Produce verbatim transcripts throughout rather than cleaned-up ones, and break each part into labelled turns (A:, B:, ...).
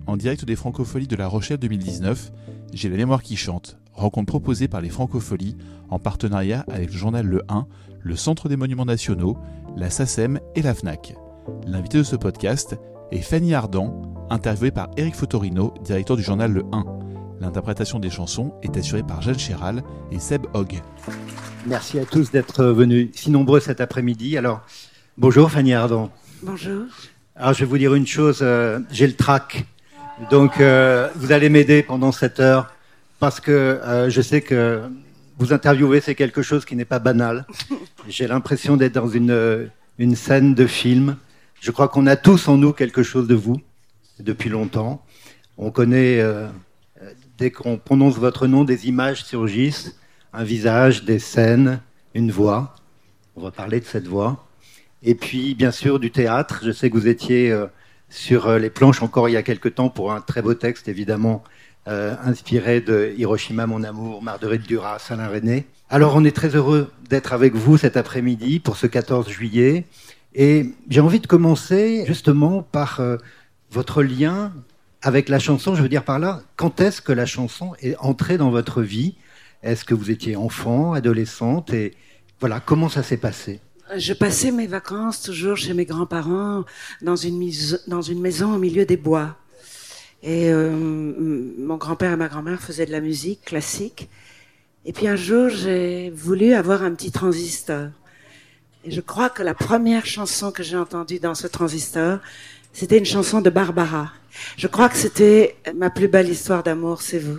A: En direct des Francopholies de La Rochelle deux mille dix-neuf, j'ai la mémoire qui chante, rencontre proposée par les Francopholies en partenariat avec le journal Le un, le Centre des Monuments Nationaux, la SACEM et la FNAC. L'invité de ce podcast est Fanny Ardant, interviewée par Éric Fotorino, directeur du journal Le un. L'interprétation des chansons est assurée par Jeanne Chéral et Seb Hogg.
B: Merci à tous d'être venus si nombreux cet après-midi. Alors, bonjour Fanny Ardant.
C: Bonjour.
B: Alors, je vais vous dire une chose, euh, j'ai le trac. Donc, euh, vous allez m'aider pendant cette heure parce que euh, je sais que vous interviewer, c'est quelque chose qui n'est pas banal. J'ai l'impression d'être dans une, une scène de film. Je crois qu'on a tous en nous quelque chose de vous depuis longtemps. On connaît, euh, dès qu'on prononce votre nom, des images surgissent, un visage, des scènes, une voix. On va parler de cette voix. Et puis, bien sûr, du théâtre. Je sais que vous étiez euh, sur les planches encore il y a quelque temps pour un très beau texte, évidemment, euh, inspiré de Hiroshima, mon amour, Marguerite Duras, Alain Resnais. Alors, on est très heureux d'être avec vous cet après-midi pour ce quatorze juillet. Et j'ai envie de commencer justement par euh, votre lien avec la chanson. Je veux dire par là, quand est-ce que la chanson est entrée dans votre vie ? Est-ce que vous étiez enfant, adolescente ? Et voilà, comment ça s'est passé ?
C: Je passais mes vacances toujours chez mes grands-parents dans une, mise, dans une maison au milieu des bois. Et euh, mon grand-père et ma grand-mère faisaient de la musique classique. Et puis un jour, j'ai voulu avoir un petit transistor. Et je crois que la première chanson que j'ai entendue dans ce transistor, c'était une chanson de Barbara. Je crois que c'était ma plus belle histoire d'amour, c'est vous.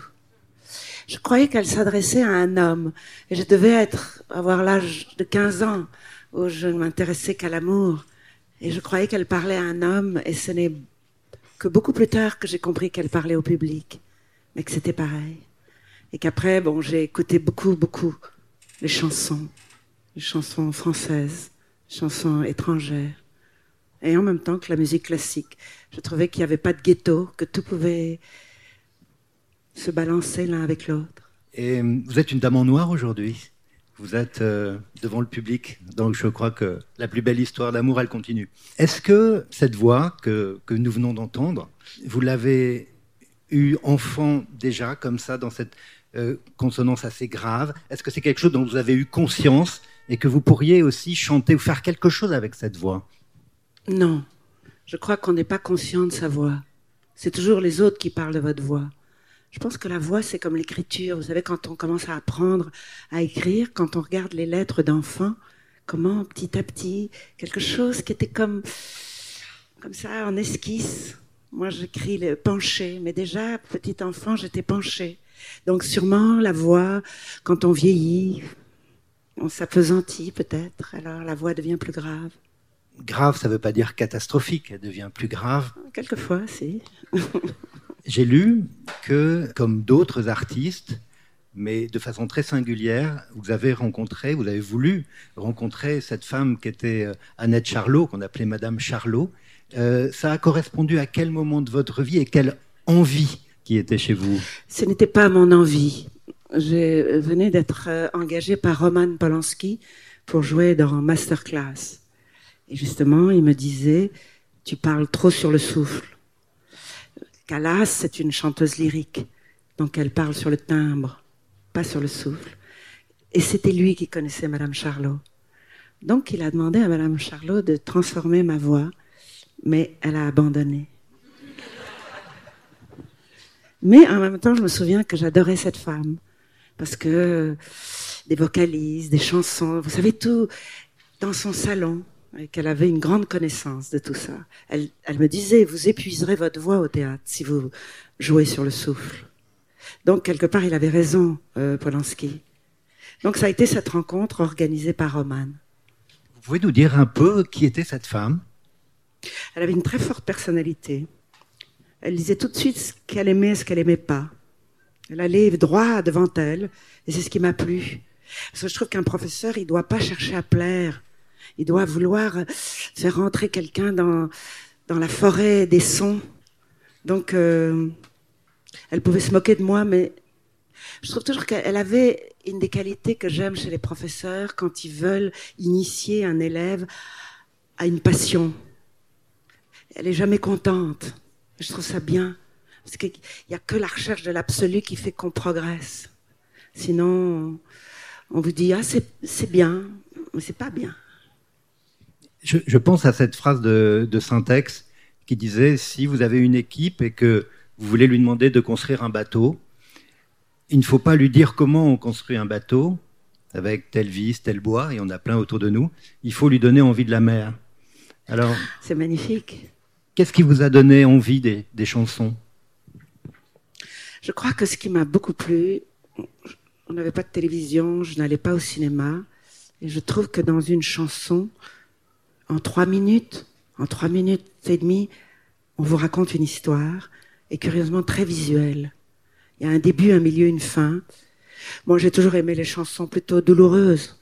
C: Je croyais qu'elle s'adressait à un homme. Et je devais être, avoir l'âge de quinze ans. Où je ne m'intéressais qu'à l'amour. Et je croyais qu'elle parlait à un homme, et ce n'est que beaucoup plus tard que j'ai compris qu'elle parlait au public, mais que c'était pareil. Et qu'après, bon, j'ai écouté beaucoup, beaucoup les chansons, les chansons françaises, les chansons étrangères, et en même temps que la musique classique. Je trouvais qu'il n'y avait pas de ghetto, que tout pouvait se balancer l'un avec l'autre.
B: Et vous êtes une dame en noir aujourd'hui ? Vous êtes euh, devant le public, donc je crois que la plus belle histoire d'amour, elle continue. Est-ce que cette voix que, que nous venons d'entendre, vous l'avez eue enfant déjà, comme ça, dans cette euh, consonance assez grave ? Est-ce que c'est quelque chose dont vous avez eu conscience et que vous pourriez aussi chanter ou faire quelque chose avec cette voix ?
C: Non, je crois qu'on n'est pas conscient de sa voix. C'est toujours les autres qui parlent de votre voix. Je pense que la voix, c'est comme l'écriture. Vous savez, quand on commence à apprendre à écrire, quand on regarde les lettres d'enfants, comment petit à petit, quelque chose qui était comme, comme ça, en esquisse. Moi, j'écris le penché, mais déjà, petit enfant, j'étais penché. Donc, sûrement, la voix, quand on vieillit, on s'appesantit peut-être, alors la voix devient plus grave.
B: Grave, ça ne veut pas dire catastrophique, elle devient plus grave.
C: Quelquefois, si.
B: J'ai lu que, comme d'autres artistes, mais de façon très singulière, vous avez rencontré, vous avez voulu rencontrer cette femme qui était Annette Charlot, qu'on appelait Madame Charlot. Euh, ça a correspondu à quel moment de votre vie et quelle envie qui était chez vous ?
C: Ce n'était pas mon envie. Je venais d'être engagée par Roman Polanski pour jouer dans Masterclass. Et justement, il me disait, tu parles trop sur le souffle. Callas, c'est une chanteuse lyrique, donc elle parle sur le timbre, pas sur le souffle. Et c'était lui qui connaissait Madame Charlot. Donc il a demandé à Madame Charlot de transformer ma voix, mais elle a abandonné. Mais en même temps, je me souviens que j'adorais cette femme, parce que des vocalises, des chansons, vous savez tout, dans son salon, et qu'elle avait une grande connaissance de tout ça. Elle, elle me disait, vous épuiserez votre voix au théâtre si vous jouez sur le souffle. Donc, quelque part, il avait raison, euh, Polanski. Donc, ça a été cette rencontre organisée par Roman.
B: Vous pouvez nous dire un peu qui était cette femme ?
C: Elle avait une très forte personnalité. Elle disait tout de suite ce qu'elle aimait et ce qu'elle n'aimait pas. Elle allait droit devant elle, et c'est ce qui m'a plu. Parce que je trouve qu'un professeur, il ne doit pas chercher à plaire. Il doit vouloir faire rentrer quelqu'un dans, dans la forêt des sons. Donc, euh, elle pouvait se moquer de moi, mais je trouve toujours qu'elle avait une des qualités que j'aime chez les professeurs quand ils veulent initier un élève à une passion. Elle est jamais contente. Je trouve ça bien. Parce qu'il n'y a que la recherche de l'absolu qui fait qu'on progresse. Sinon, on vous dit « Ah, c'est, c'est bien », mais c'est pas bien.
B: Je, je pense à cette phrase de, de Saint-Ex qui disait « Si vous avez une équipe et que vous voulez lui demander de construire un bateau, il ne faut pas lui dire comment on construit un bateau, avec telle vis, tel bois, et on a plein autour de nous. Il faut lui donner envie de la mer. » Alors,
C: c'est magnifique.
B: Qu'est-ce qui vous a donné envie des, des chansons ?
C: Je crois que ce qui m'a beaucoup plu, on n'avait pas de télévision, je n'allais pas au cinéma, et je trouve que dans une chanson, en trois minutes, en trois minutes et demie, on vous raconte une histoire, et curieusement très visuelle. Il y a un début, un milieu, une fin. Moi, j'ai toujours aimé les chansons plutôt douloureuses,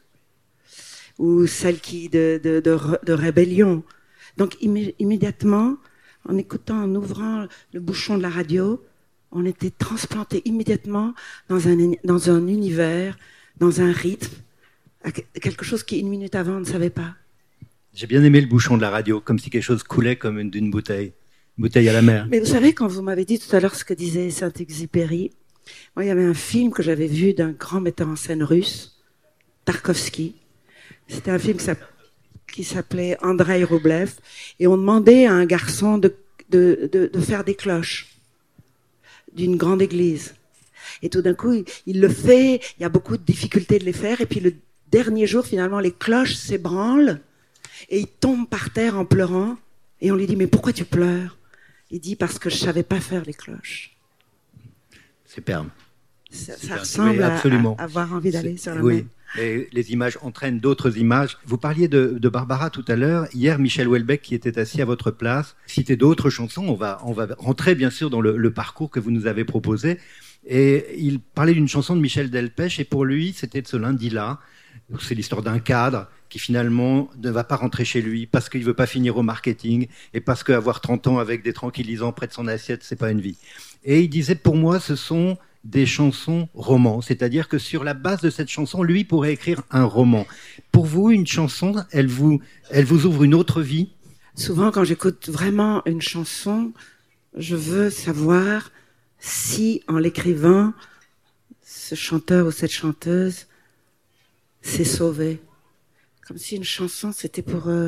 C: ou celles qui de, de, de, de rébellion. Donc immé- immédiatement, en écoutant, en ouvrant le bouchon de la radio, on était transplanté immédiatement dans un, dans un univers, dans un rythme, quelque chose qui une minute avant on ne savait pas.
B: J'ai bien aimé le bouchon de la radio, comme si quelque chose coulait comme une, d'une bouteille, une bouteille à la mer.
C: Mais vous savez, quand vous m'avez dit tout à l'heure ce que disait Saint-Exupéry, moi, il y avait un film que j'avais vu d'un grand metteur en scène russe, Tarkovsky. C'était un film qui s'appelait Andrei Roublev, et on demandait à un garçon de, de, de, de faire des cloches d'une grande église. Et tout d'un coup, il, il le fait, il y a beaucoup de difficultés de les faire, et puis le dernier jour, finalement, les cloches s'ébranlent, et il tombe par terre en pleurant, et on lui dit « Mais pourquoi tu pleures ?» Il dit « Parce que je savais pas faire les cloches. »
B: Superbe.
C: Ça,
B: Superbe.
C: ça ressemble
B: oui,
C: à, à avoir envie d'aller
B: C'est,
C: sur la
B: oui.
C: mer.
B: Et les images entraînent d'autres images. Vous parliez de, de Barbara tout à l'heure. Hier, Michel Houellebecq, qui était assis à votre place, citait d'autres chansons. On va, on va rentrer bien sûr dans le, le parcours que vous nous avez proposé. Et il parlait d'une chanson de Michel Delpech. Et pour lui, c'était de ce lundi-là. C'est l'histoire d'un cadre qui finalement ne va pas rentrer chez lui parce qu'il veut pas finir au marketing et parce qu'avoir trente ans avec des tranquillisants près de son assiette, c'est pas une vie. Et il disait, pour moi, ce sont des chansons romans. C'est-à-dire que sur la base de cette chanson, lui pourrait écrire un roman. Pour vous, une chanson, elle vous, elle vous ouvre une autre vie ?
C: Souvent, quand j'écoute vraiment une chanson, je veux savoir si, en l'écrivant, ce chanteur ou cette chanteuse s'est sauvé. Comme si une chanson, c'était pour, euh,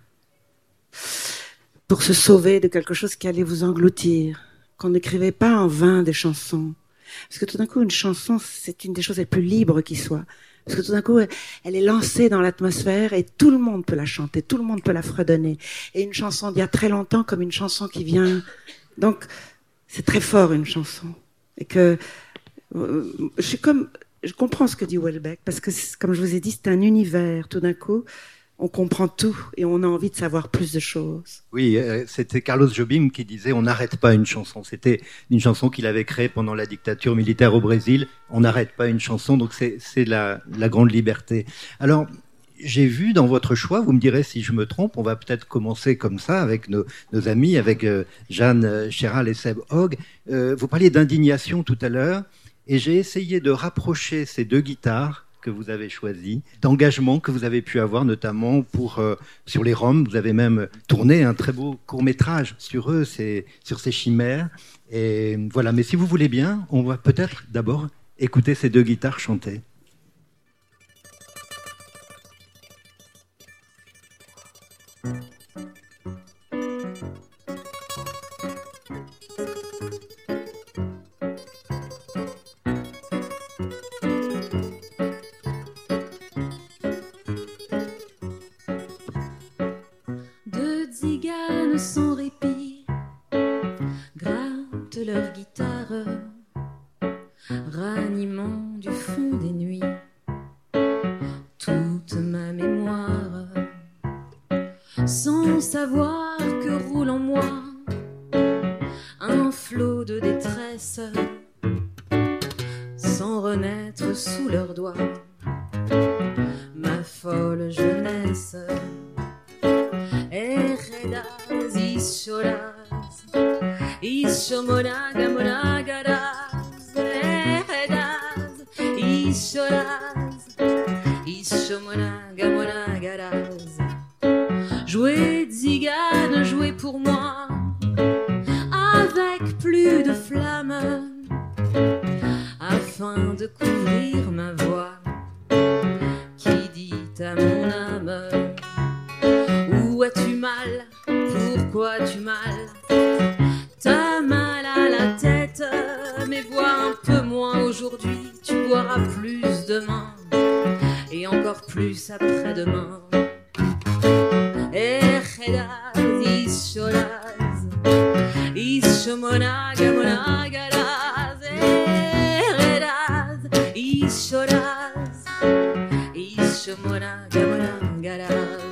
C: pour se sauver de quelque chose qui allait vous engloutir. Qu'on n'écrivait pas en vain des chansons. Parce que tout d'un coup, une chanson, c'est une des choses les plus libres qui soit. Parce que tout d'un coup, elle est lancée dans l'atmosphère et tout le monde peut la chanter, tout le monde peut la fredonner. Et une chanson d'il y a très longtemps comme une chanson qui vient... Donc, c'est très fort, une chanson. Et que... Euh, je suis comme... Je comprends ce que dit Houellebecq, parce que, comme je vous ai dit, c'est un univers. Tout d'un coup, on comprend tout et on a envie de savoir plus de choses.
B: Oui, euh, c'était Carlos Jobim qui disait « On n'arrête pas une chanson ». C'était une chanson qu'il avait créée pendant la dictature militaire au Brésil. On n'arrête pas une chanson, donc c'est, c'est la, la grande liberté. Alors, j'ai vu dans votre choix, vous me direz si je me trompe, on va peut-être commencer comme ça avec nos, nos amis, avec euh, Jeanne Chéral et Seb Hogg. Euh, vous parliez d'indignation tout à l'heure. Et j'ai essayé de rapprocher ces deux guitares que vous avez choisies, d'engagement que vous avez pu avoir, notamment pour euh, sur les Roms. Vous avez même tourné un très beau court-métrage sur eux, c'est, sur ces chimères. Et voilà, mais si vous voulez bien, on va peut-être d'abord écouter ces deux guitares chanter.
D: Sans répit, grattent leur guitare, ranimant du fond des nuits toute ma mémoire, sans savoir que roule en moi un flot de détresse, sans renaître sous leurs doigts ma folle jeunesse. Eredas, ishoras, ishomonaga, monagaras. Eredas, ishoras, ishomonaga, monagaras. Jouez, zigane, jouez pour moi, avec plus de flamme afin de couvrir ma voix qui dit à mon âme: où as-tu mal? Pourquoi tu mal? T'as mal à la tête, mais bois un peu moins aujourd'hui. Tu boiras plus demain et encore plus après-demain. Echedas, isholaz, ishomonagamonagalas. Echedas, isholaz, ishomonagamonagalas.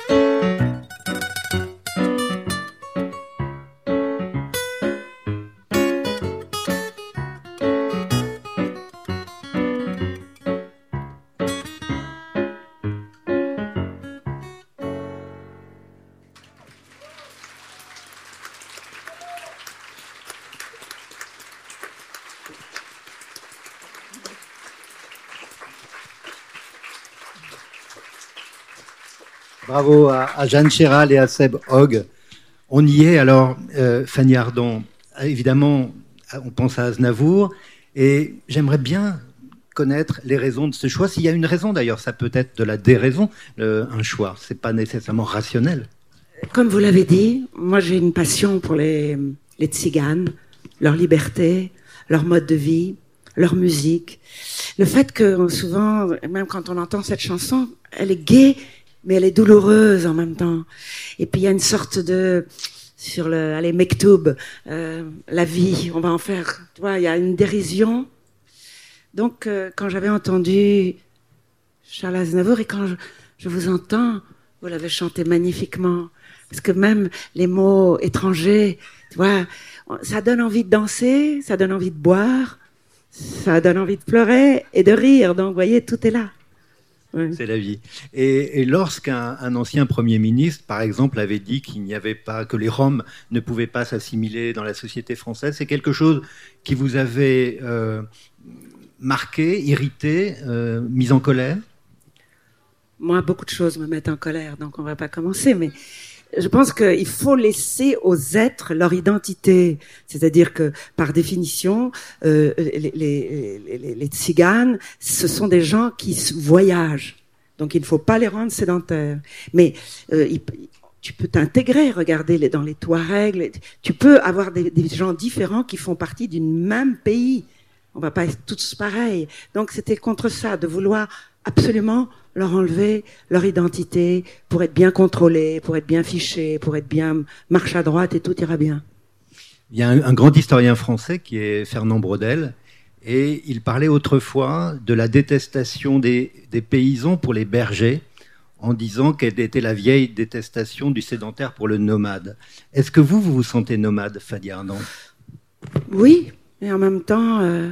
B: Bravo à, à Jeanne Chéral et à Seb Hogg. On y est alors, euh, Fanny Ardant. Évidemment, on pense à Aznavour et j'aimerais bien connaître les raisons de ce choix. S'il y a une raison d'ailleurs, ça peut être de la déraison, euh, un choix. C'est pas nécessairement rationnel.
C: Comme vous l'avez dit, moi j'ai une passion pour les, les tziganes, leur liberté, leur mode de vie, leur musique. Le fait que souvent, même quand on entend cette chanson, elle est gaie, mais elle est douloureuse en même temps. Et puis il y a une sorte de, sur le, allez, Mektoub, euh, la vie, on va en faire, tu vois, il y a une dérision. Donc euh, quand j'avais entendu Charles Aznavour et quand je, je vous entends, vous l'avez chanté magnifiquement, parce que même les mots étrangers, tu vois, ça donne envie de danser, ça donne envie de boire, ça donne envie de pleurer et de rire. Donc vous voyez, tout est là. Oui.
B: C'est la vie. Et, et lorsqu'un un ancien Premier ministre, par exemple, avait dit qu'il n'y avait pas, que les Roms ne pouvaient pas s'assimiler dans la société française, c'est quelque chose qui vous avait euh, marqué, irrité, euh, mis en colère?
C: Moi, beaucoup de choses me mettent en colère, donc on ne va pas commencer, mais je pense qu'il faut laisser aux êtres leur identité. C'est-à-dire que, par définition, euh, les, les, les, les tziganes, ce sont des gens qui voyagent. Donc, il ne faut pas les rendre sédentaires. Mais euh, il, tu peux t'intégrer, regarder les, dans les Touaregs. Tu peux avoir des, des gens différents qui font partie d'un même pays. On ne va pas être tous pareils. Donc, c'était contre ça, de vouloir absolument leur enlever leur identité pour être bien contrôlés, pour être bien fichés, pour être bien marche à droite et tout ira bien.
B: Il y a un, un grand historien français qui est Fernand Braudel et il parlait autrefois de la détestation des, des paysans pour les bergers en disant qu'elle était la vieille détestation du sédentaire pour le nomade. Est-ce que vous, vous vous sentez nomade, Fanny Ardant?
C: Oui, mais en même temps, euh,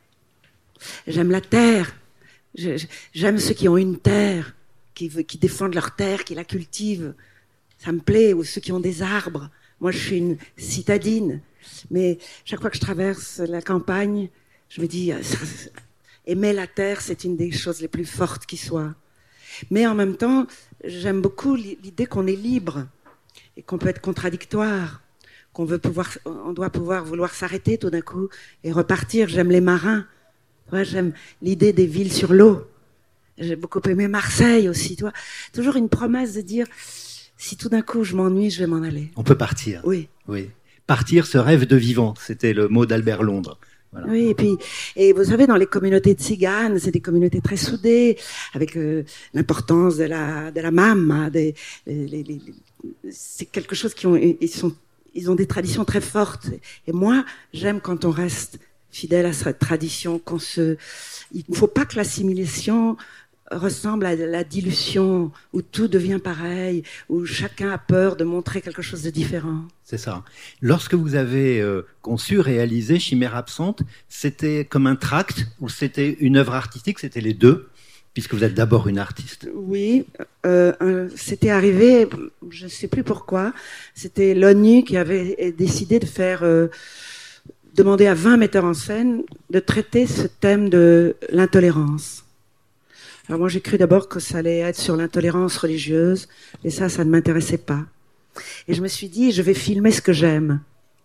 C: j'aime la terre. Je, je, j'aime ceux qui ont une terre, qui, qui défendent leur terre, qui la cultivent. Ça me plaît. Ou ceux qui ont des arbres. Moi, je suis une citadine. Mais chaque fois que je traverse la campagne, je me dis, ça, aimer la terre, c'est une des choses les plus fortes qui soit. Mais en même temps, j'aime beaucoup l'idée qu'on est libre et qu'on peut être contradictoire, qu'on veut pouvoir, on doit pouvoir vouloir s'arrêter tout d'un coup et repartir. J'aime les marins. Ouais, j'aime l'idée des villes sur l'eau. J'ai beaucoup aimé Marseille aussi. Tu vois. Toujours une promesse de dire, si tout d'un coup je m'ennuie, je vais m'en aller.
B: On peut partir.
C: Oui.
B: Oui. Partir, ce rêve de vivant, c'était le mot d'Albert Londres. Voilà.
C: Oui, et puis, et vous savez, dans les communautés tziganes, c'est des communautés très soudées, avec euh, l'importance de la de la mama. Des, les, les, les, c'est quelque chose qui ont, ils sont, ils ont des traditions très fortes. Et moi, j'aime quand on reste fidèle à cette tradition, qu'on se, il ne faut pas que l'assimilation ressemble à la dilution, où tout devient pareil, où chacun a peur de montrer quelque chose de différent.
B: C'est ça. Lorsque vous avez euh, conçu, réalisé Chimère absente, c'était comme un tract ou c'était une œuvre artistique? C'était les deux, puisque vous êtes d'abord une artiste.
C: Oui, euh, euh, c'était arrivé, je ne sais plus pourquoi, c'était l'ONU qui avait décidé de faire... Euh, demander à vingt metteurs en scène de traiter ce thème de l'intolérance. Alors moi, j'ai cru d'abord que ça allait être sur l'intolérance religieuse, et ça, ça ne m'intéressait pas. Et je me suis dit, je vais filmer ce que j'aime.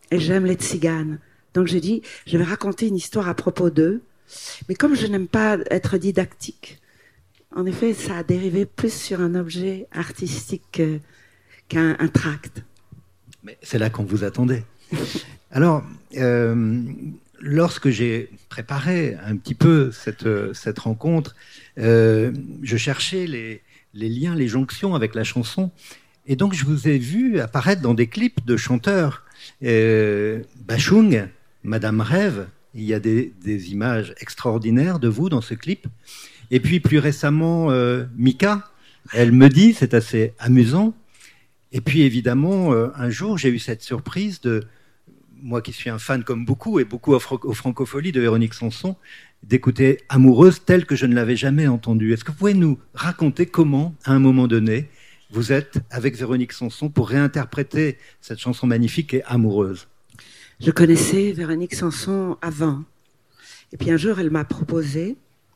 C: et j'aime les tziganes. Donc j'ai dit, je vais raconter une histoire à propos d'eux. Mais comme je n'aime pas être didactique, en effet, ça a dérivé plus sur un objet artistique que, qu'un un tract.
B: Mais c'est là qu'on vous attendait. Alors, euh, lorsque j'ai préparé un petit peu cette, cette rencontre, euh, je cherchais les, les liens, les jonctions avec la chanson. Et donc, je vous ai vu apparaître dans des clips de chanteurs. Euh, Bachung, Madame Rêve, il y a des, des images extraordinaires de vous dans ce clip. Et puis, plus récemment, euh, Mika, elle me dit, c'est assez amusant. Et puis, évidemment, euh, un jour, j'ai eu cette surprise de, moi qui suis un fan comme beaucoup, et beaucoup aux, Fran- aux Francopholies de Véronique Sanson, d'écouter Amoureuse telle que je ne l'avais jamais entendue. Est-ce que vous pouvez nous raconter comment, à un moment donné, vous êtes avec Véronique Sanson pour réinterpréter cette chanson magnifique et Amoureuse?
C: Je connaissais Véronique Sanson avant. Et puis un jour, elle m'a proposé,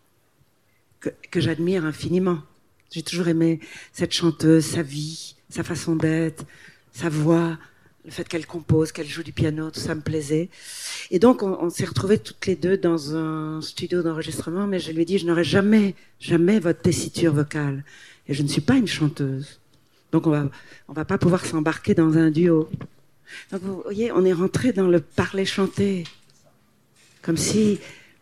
C: que, que j'admire infiniment. J'ai toujours aimé cette chanteuse, sa vie, sa façon d'être, sa voix, le fait qu'elle compose, qu'elle joue du piano, tout ça me plaisait. Et donc, on, on s'est retrouvés toutes les deux dans un studio d'enregistrement, mais je lui ai dit, je n'aurai jamais, jamais votre tessiture vocale. Et je ne suis pas une chanteuse. Donc, on va, on va pas pouvoir s'embarquer dans un duo. Donc, vous voyez, on est rentré dans le parler-chanter. Comme si,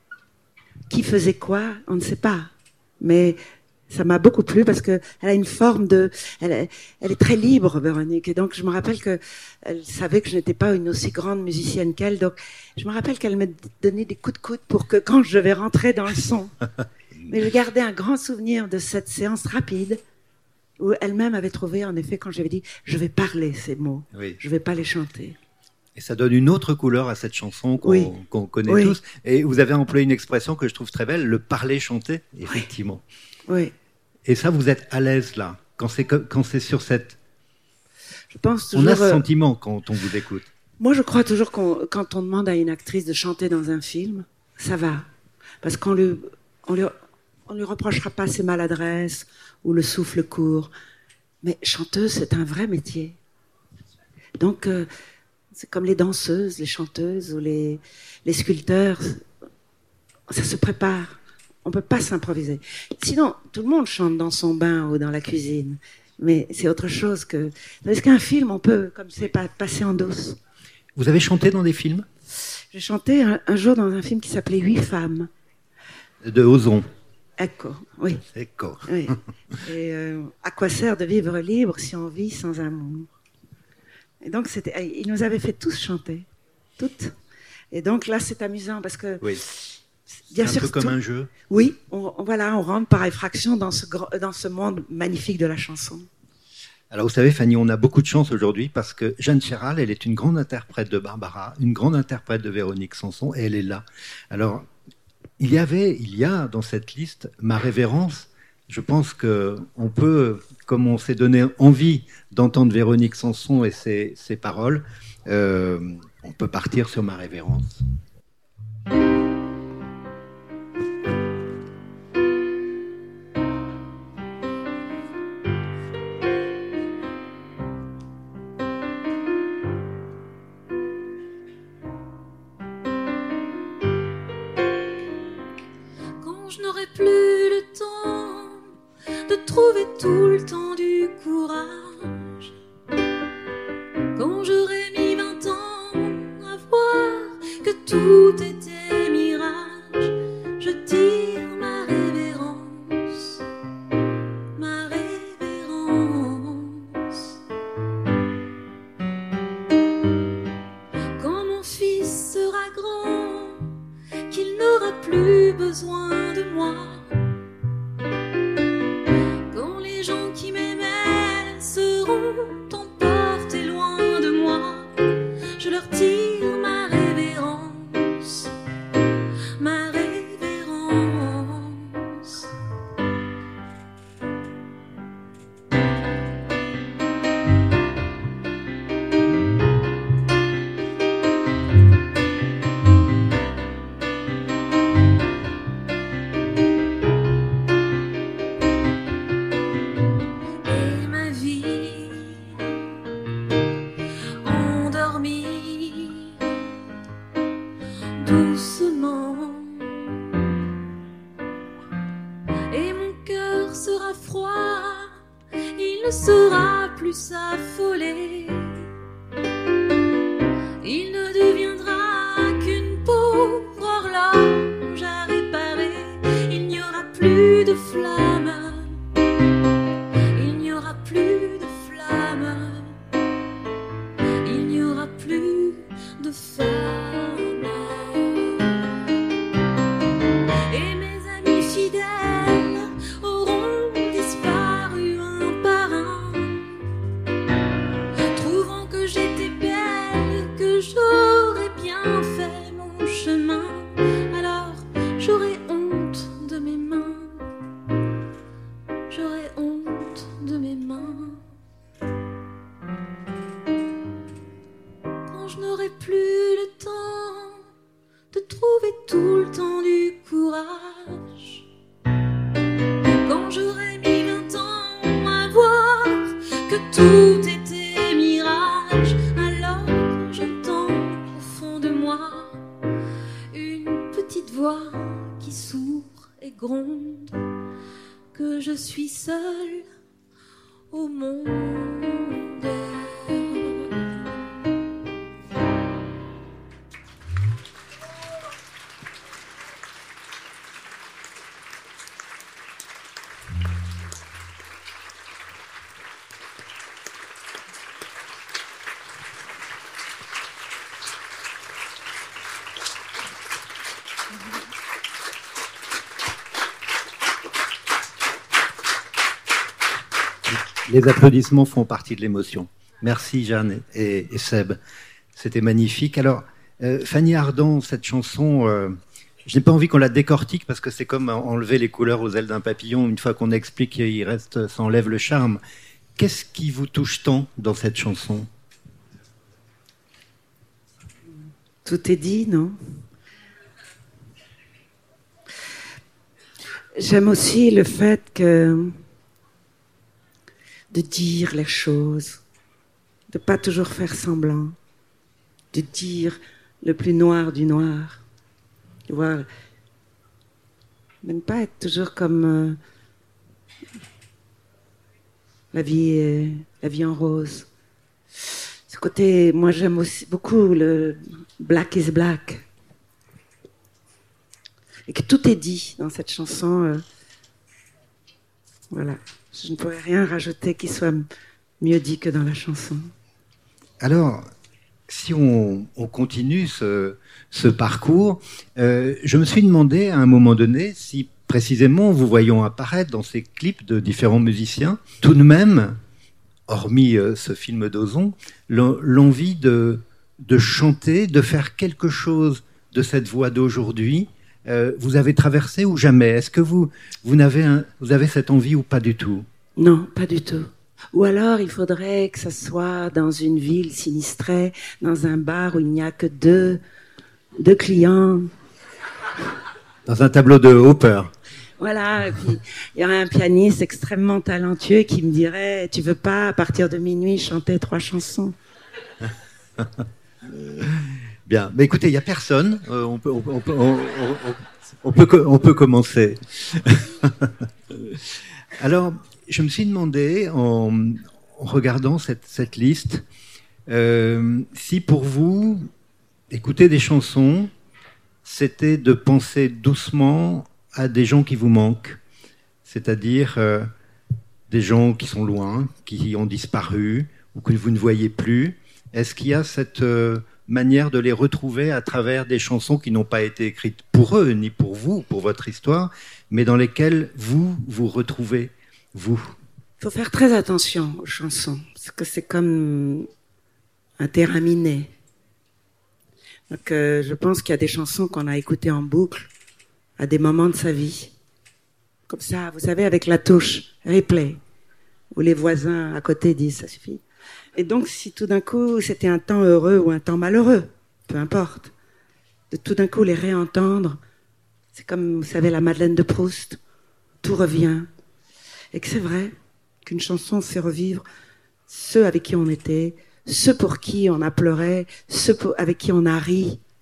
C: qui faisait quoi, on ne sait pas. Mais ça m'a beaucoup plu parce que elle a une forme de, elle, est- elle est très libre, Véronique. Et donc, je me rappelle que elle savait que je n'étais pas une aussi grande musicienne qu'elle. Donc, je me rappelle qu'elle me donnait des coups de coude pour que quand je vais rentrer dans le son. Mais je gardais un grand souvenir de cette séance rapide où elle-même avait trouvé, en effet, quand j'avais dit, je vais parler ces mots,
B: Oui.
C: je vais pas les chanter.
B: Et ça donne une autre couleur à cette chanson qu'on
C: Oui.
B: qu'on connaît
C: Oui.
B: tous. Et vous avez employé une expression que je trouve très belle, le parler-chanter, effectivement.
C: Oui.
B: Et ça, vous êtes à l'aise là, quand c'est que- quand c'est sur cette...
C: Je pense
B: On
C: toujours.
B: a ce
C: euh,
B: sentiment quand on vous écoute.
C: Moi, je crois toujours qu'on, quand on demande à une actrice de chanter dans un film, ça va. Parce qu'on lui, on lui, on lui reprochera pas ses maladresses ou le souffle court. Mais chanteuse, c'est un vrai métier. Donc, euh, c'est comme les danseuses, les chanteuses ou les, les sculpteurs. Ça se prépare. On peut pas s'improviser. Sinon, tout le monde chante dans son bain ou dans la cuisine. Mais c'est autre chose que... Parce qu'un film, on peut, comme c'est, pas passer en douce.
B: Vous avez chanté dans des films
C: J'ai chanté un, un jour dans un film qui s'appelait Huit femmes.
B: de Ozon.
C: Echo, oui.
B: D'accord.
C: oui. Et euh, à quoi sert de vivre libre si on vit sans amour? Et donc, c'était, ils nous avaient fait tous chanter, toutes. Et donc là, c'est amusant parce que,
B: Oui.
C: bien
B: C'est un
C: sûr,
B: peu comme
C: tout-
B: un jeu.
C: oui, on, on- voilà, on rentre par effraction dans ce, grand- dans ce monde magnifique de la chanson.
B: Alors vous savez, Fanny, on a beaucoup de chance aujourd'hui parce que Jeanne Chéral, elle est une grande interprète de Barbara, une grande interprète de Véronique Sanson, et elle est là. Alors, il y avait, il y a dans cette liste ma révérence. Je pense que on peut, comme on s'est donné envie d'entendre Véronique Sanson et ses, ses paroles, euh, on peut partir sur ma révérence.
D: Quand je n'aurai plus le temps de trouver tout le temps du courage, quand j'aurai mis vingt ans à voir que tout était mirage, je tire ma révérence, ma révérence. Quand mon fils sera grand, qu'il n'aura plus besoin de moi, quand les gens qui m'aimaient seront emportés loin de moi, je leur tire ma révérence, ma révérence. doucement. Et mon cœur sera froid, il ne saura plus s'affoler. Il ne deviendra qu'une pauvre horloge à réparer. Il n'y aura plus de flamme, il n'y aura plus de flamme, il n'y aura plus de femme. Et mes amis fidèles auront disparu un par un, trouvant que j'étais belle, que j'aurais bien fait mon chemin. Alors j'aurais honte de mes mains, j'aurais honte de mes mains. Quand je n'aurai plus le temps de trouver tout le temps du courage, quand j'aurai mis vingt ans à voir que tout était mirage, alors j'entends au fond de moi une petite voix qui sourd et gronde que je suis seule au monde.
B: Les applaudissements font partie de l'émotion. Merci Jeanne et, et Seb, c'était magnifique. Alors, euh, Fanny Ardant, cette chanson, euh, je n'ai pas envie qu'on la décortique parce que c'est comme enlever les couleurs aux ailes d'un papillon. Une fois qu'on explique, il reste, ça enlève le charme. Qu'est-ce qui vous touche tant dans cette chanson ?
C: Tout est dit, non ? J'aime aussi le fait que de dire les choses, de pas toujours faire semblant, de dire le plus noir du noir, tu vois, de ne pas être toujours comme euh, la vie, euh, la vie en rose. Ce côté, moi j'aime aussi beaucoup le black is black, et que tout est dit dans cette chanson. Euh, voilà. Je ne pourrais rien rajouter qui soit mieux dit que dans la chanson.
B: Alors, si on, on continue ce, ce parcours, euh, je me suis demandé à un moment donné si précisément vous voyons apparaître dans ces clips de différents musiciens, tout de même, hormis euh, ce film d'Ozon, l'envie de, de chanter, de faire quelque chose de cette voix d'aujourd'hui. Euh, vous avez traversé ou jamais ? Est-ce que vous, vous, n'avez un, vous avez cette envie ou pas du tout ?
C: Non, pas du tout. Ou alors, il faudrait que ça soit dans une ville sinistrée, dans un bar où il n'y a que deux, deux clients.
B: Dans un tableau de Hopper.
C: Voilà, et puis il y aurait un pianiste extrêmement talentueux qui me dirait « Tu veux pas, à partir de minuit, chanter trois chansons ?»
B: Bien, mais écoutez, il n'y a personne. Euh, on, peut, on, on, on, on, on, peut, on peut commencer. Alors, je me suis demandé, en, en regardant cette, cette liste, euh, si pour vous, écouter des chansons, c'était de penser doucement à des gens qui vous manquent, c'est-à-dire euh, des gens qui sont loin, qui ont disparu, ou que vous ne voyez plus. Est-ce qu'il y a cette... Euh, manière de les retrouver à travers des chansons qui n'ont pas été écrites pour eux, ni pour vous, pour votre histoire, mais dans lesquelles vous, vous retrouvez, vous.
C: Il faut faire très attention aux chansons, parce que c'est comme un terrain miné. Donc, euh, je pense qu'il y a des chansons qu'on a écoutées en boucle à des moments de sa vie. Comme ça, vous savez, avec la touche replay, où les voisins à côté disent « ça suffit ». Et donc, si tout d'un coup, c'était un temps heureux ou un temps malheureux, peu importe, de tout d'un coup les réentendre, c'est comme, vous savez, la Madeleine de Proust, tout revient. Et que c'est vrai qu'une chanson fait revivre ceux avec qui on était, ceux pour qui on a pleuré, ceux pour, avec qui on a ri,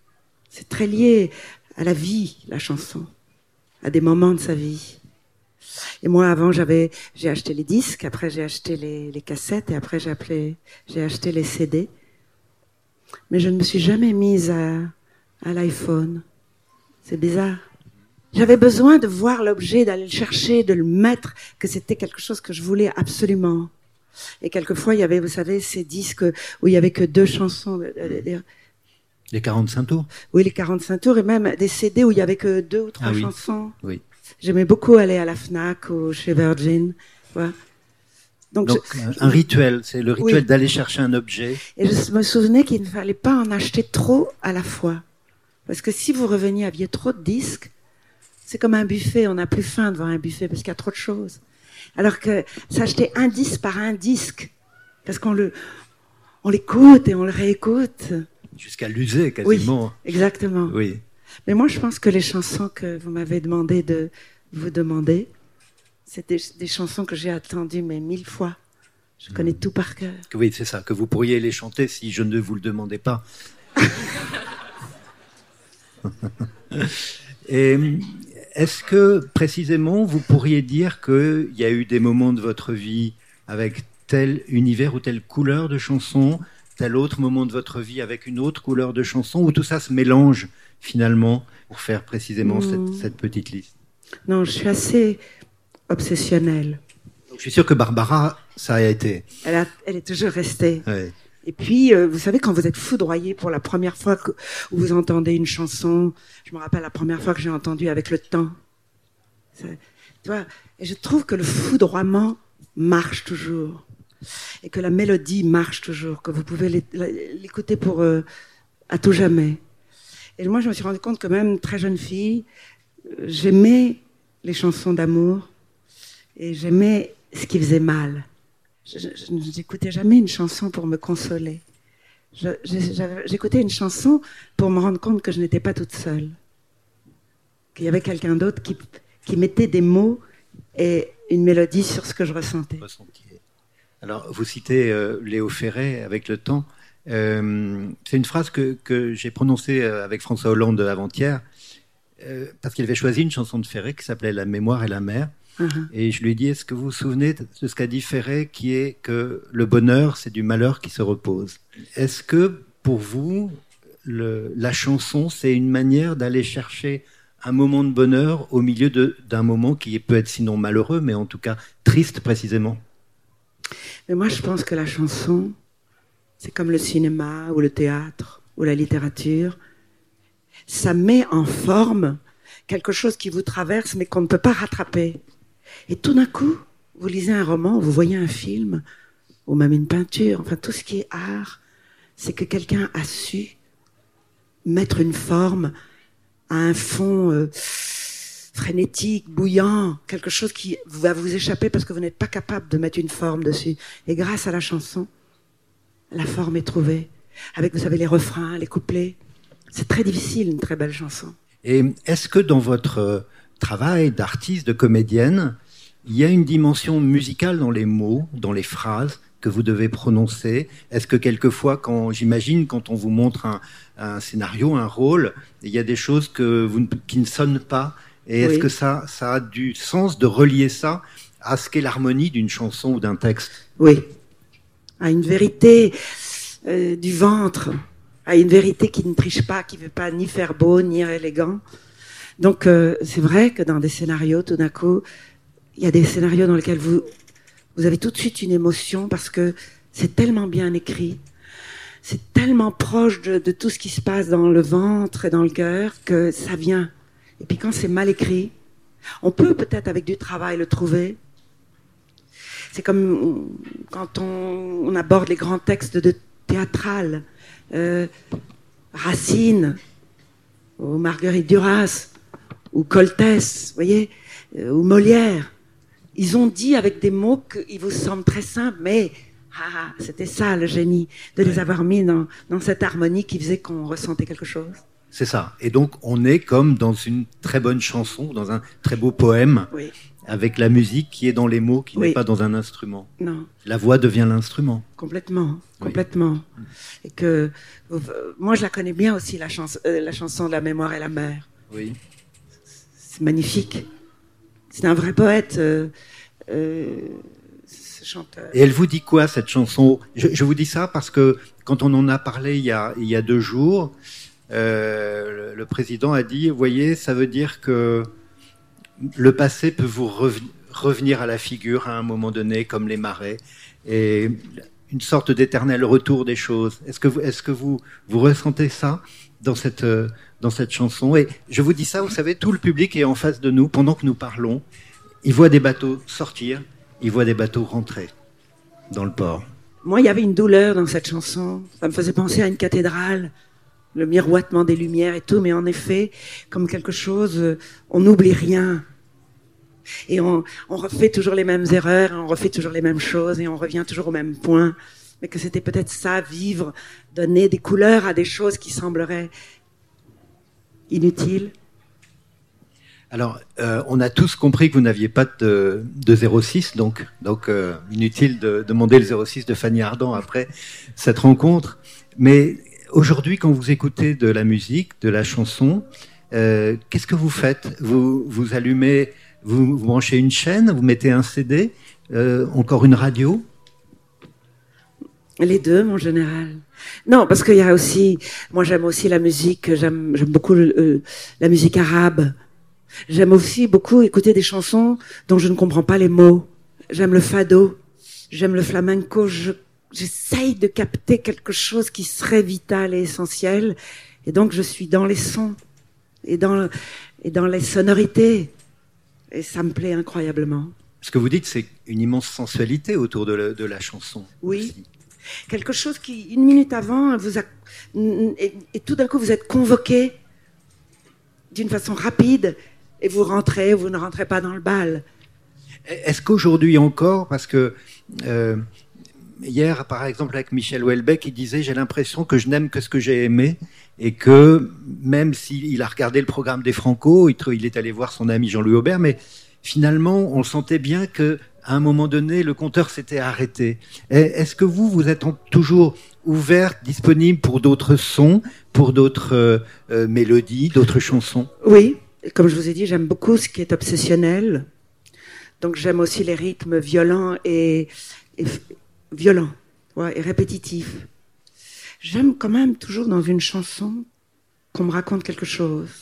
C: C'est très lié à la vie, la chanson, à des moments de sa vie. Et moi, avant, j'avais, j'ai acheté les disques, après j'ai acheté les, les cassettes, et après j'ai, appelé, j'ai acheté les C D. Mais je ne me suis jamais mise à, à l'iPhone. C'est bizarre. J'avais besoin de voir l'objet, d'aller le chercher, de le mettre, que c'était quelque chose que je voulais absolument. Et quelquefois, il y avait, vous savez, ces disques où il y avait que deux chansons.
B: Les quarante-cinq tours?
C: Oui, les quarante-cinq tours, et même des C D où il y avait que deux ou trois
B: ah, oui.
C: chansons.
B: Oui.
C: J'aimais beaucoup aller à la Fnac ou chez Virgin. Voilà. Donc,
B: Donc
C: je,
B: un rituel, c'est le rituel
C: oui.
B: d'aller chercher un objet.
C: Et je me souvenais qu'il ne fallait pas en acheter trop à la fois. Parce que si vous reveniez, aviez trop de disques, c'est comme un buffet, on n'a plus faim devant un buffet parce qu'il y a trop de choses. Alors que s'acheter un disque par un disque, parce qu'on le, on l'écoute et on le réécoute.
B: Jusqu'à l'user quasiment.
C: Oui, exactement.
B: Oui.
C: Mais moi, je pense que les chansons que vous m'avez demandé de vous demander, c'est des, des chansons que j'ai attendues mais mille fois. Je connais mmh. tout par cœur.
B: Oui, c'est ça, que vous pourriez les chanter si je ne vous le demandais pas. Et est-ce que, précisément, vous pourriez dire qu'il y a eu des moments de votre vie avec tel univers ou telle couleur de chanson, tel autre moment de votre vie avec une autre couleur de chanson, où tout ça se mélange, finalement, pour faire précisément mmh. cette, cette petite liste?
C: Non, je suis assez obsessionnelle.
B: Je suis sûr que Barbara, ça a été.
C: Elle, a, elle est toujours restée.
B: Ouais.
C: Et puis, euh, vous savez, quand vous êtes foudroyé pour la première fois que où vous entendez une chanson, je me rappelle la première fois que j'ai entendu Avec le temps. Ça, tu vois, et je trouve que le foudroiement marche toujours. Et que la mélodie marche toujours, que vous pouvez l'écouter pour euh, à tout jamais. Et moi, je me suis rendu compte que même très jeune fille, j'aimais les chansons d'amour et j'aimais ce qui faisait mal. Je, je, je n'écoutais jamais une chanson pour me consoler. Je, je, j'écoutais une chanson pour me rendre compte que je n'étais pas toute seule. Qu'il y avait quelqu'un d'autre qui, qui mettait des mots et une mélodie sur ce que je ressentais.
B: Alors, vous citez euh, Léo Ferré, Avec le temps. Euh, c'est une phrase que, que j'ai prononcée avec François Hollande avant-hier, euh, parce qu'il avait choisi une chanson de Ferré qui s'appelait La mémoire et la mer. Uh-huh. Et je lui ai dit, est-ce que vous vous souvenez de ce qu'a dit Ferré, qui est que le bonheur, c'est du malheur qui se repose. Est-ce que, pour vous, le, la chanson, c'est une manière d'aller chercher un moment de bonheur au milieu de, d'un moment qui peut être sinon malheureux, mais en tout cas triste précisément?
C: Mais moi, je pense que la chanson, c'est comme le cinéma ou le théâtre ou la littérature. Ça met en forme quelque chose qui vous traverse, mais qu'on ne peut pas rattraper. Et tout d'un coup, vous lisez un roman, vous voyez un film, ou même une peinture, enfin tout ce qui est art, c'est que quelqu'un a su mettre une forme à un fond euh, frénétique, bouillant, quelque chose qui va vous échapper parce que vous n'êtes pas capable de mettre une forme dessus. Et grâce à la chanson, la forme est trouvée. Avec, vous savez, les refrains, les couplets. C'est très difficile, une très belle chanson.
B: Et est-ce que dans votre travail d'artiste, de comédienne, il y a une dimension musicale dans les mots, dans les phrases que vous devez prononcer? Est-ce que quelquefois, quand j'imagine, quand on vous montre un, un scénario, un rôle, il y a des choses que vous ne, qui ne sonnent pas? Et est-ce oui. que ça, ça a du sens de relier ça à ce qu'est l'harmonie d'une chanson ou d'un texte?
C: Oui, à une vérité euh, du ventre, à une vérité qui ne triche pas, qui ne veut pas ni faire beau, ni élégant. Donc, euh, c'est vrai que dans des scénarios, tout d'un coup, il y a des scénarios dans lesquels vous, vous avez tout de suite une émotion parce que c'est tellement bien écrit, c'est tellement proche de, de tout ce qui se passe dans le ventre et dans le cœur que ça vient. Et puis quand c'est mal écrit, on peut peut-être avec du travail le trouver. C'est comme quand on, on aborde les grands textes de théâtral, euh, Racine, ou Marguerite Duras, ou Coltès, vous voyez, euh, ou Molière. Ils ont dit avec des mots qui vous semblent très simples, mais ah, c'était ça le génie, de les avoir mis dans, dans cette harmonie qui faisait qu'on ressentait quelque chose.
B: C'est ça. Et donc, on est comme dans une très bonne chanson, dans un très beau poème,
C: Oui.
B: avec la musique qui est dans les mots, qui
C: Oui.
B: n'est pas dans un instrument.
C: Non.
B: La voix devient l'instrument.
C: Complètement, complètement. Et que euh, moi, je la connais bien aussi, la, chans- euh, la chanson de La mémoire et la mer.
B: Oui.
C: C'est magnifique. C'est un vrai poète, euh, euh, ce chanteur.
B: Et elle vous dit quoi, cette chanson? je, je vous dis ça parce que quand on en a parlé il y a, il y a deux jours, euh, le, le président a dit, vous voyez, ça veut dire que le passé peut vous reven- revenir à la figure à un moment donné, comme les marais, et une sorte d'éternel retour des choses. Est-ce que vous, est-ce que vous, vous ressentez ça dans cette, euh, dans cette chanson? Et je vous dis ça, vous savez, tout le public est en face de nous pendant que nous parlons. Il voit des bateaux sortir, il voit des bateaux rentrer dans le port.
C: Moi, il y avait une douleur dans cette chanson. Ça me faisait penser à une cathédrale, le miroitement des lumières et tout, mais en effet, comme quelque chose, euh, on n'oublie rien. Et on, on refait toujours les mêmes erreurs, on refait toujours les mêmes choses, et on revient toujours au même point. Mais que c'était peut-être ça, vivre, donner des couleurs à des choses qui sembleraient inutiles.
B: Alors, euh, on a tous compris que vous n'aviez pas de, de zéro six, donc, donc euh, inutile de demander le zéro six de Fanny Ardant après cette rencontre. Mais aujourd'hui, quand vous écoutez de la musique, de la chanson, euh, qu'est-ce que vous faites? Vous, vous allumez, vous, vous branchez une chaîne, vous mettez un C D, euh, encore une radio?
C: Les deux, mon général. Non, parce qu'il y a aussi, moi j'aime aussi la musique, j'aime, j'aime beaucoup euh, la musique arabe. J'aime aussi beaucoup écouter des chansons dont je ne comprends pas les mots. J'aime le fado, j'aime le flamenco. Je, j'essaye de capter quelque chose qui serait vital et essentiel. Et donc je suis dans les sons et dans, et dans les sonorités. Et ça me plaît incroyablement.
B: Ce que vous dites, c'est une immense sensualité autour de la, de la chanson.
C: Oui.
B: Aussi.
C: Quelque chose qui, une minute avant, vous a, et, et tout d'un coup, vous êtes convoqué d'une façon rapide et vous rentrez, vous ne rentrez pas dans le bal.
B: Est-ce qu'aujourd'hui encore, parce que euh, hier, par exemple, avec Michel Houellebecq, il disait « J'ai l'impression que je n'aime que ce que j'ai aimé » et que même s'il a regardé le programme des Franco, il, il est allé voir son ami Jean-Louis Aubert, mais finalement, on sentait bien que à un moment donné, le compteur s'était arrêté. Est-ce que vous, vous êtes toujours ouverte, disponible pour d'autres sons, pour d'autres euh, euh, mélodies, d'autres chansons?
C: Oui, comme je vous ai dit, j'aime beaucoup ce qui est obsessionnel. Donc j'aime aussi les rythmes violents et, et violents, ouais, et répétitifs. J'aime quand même toujours dans une chanson qu'on me raconte quelque chose.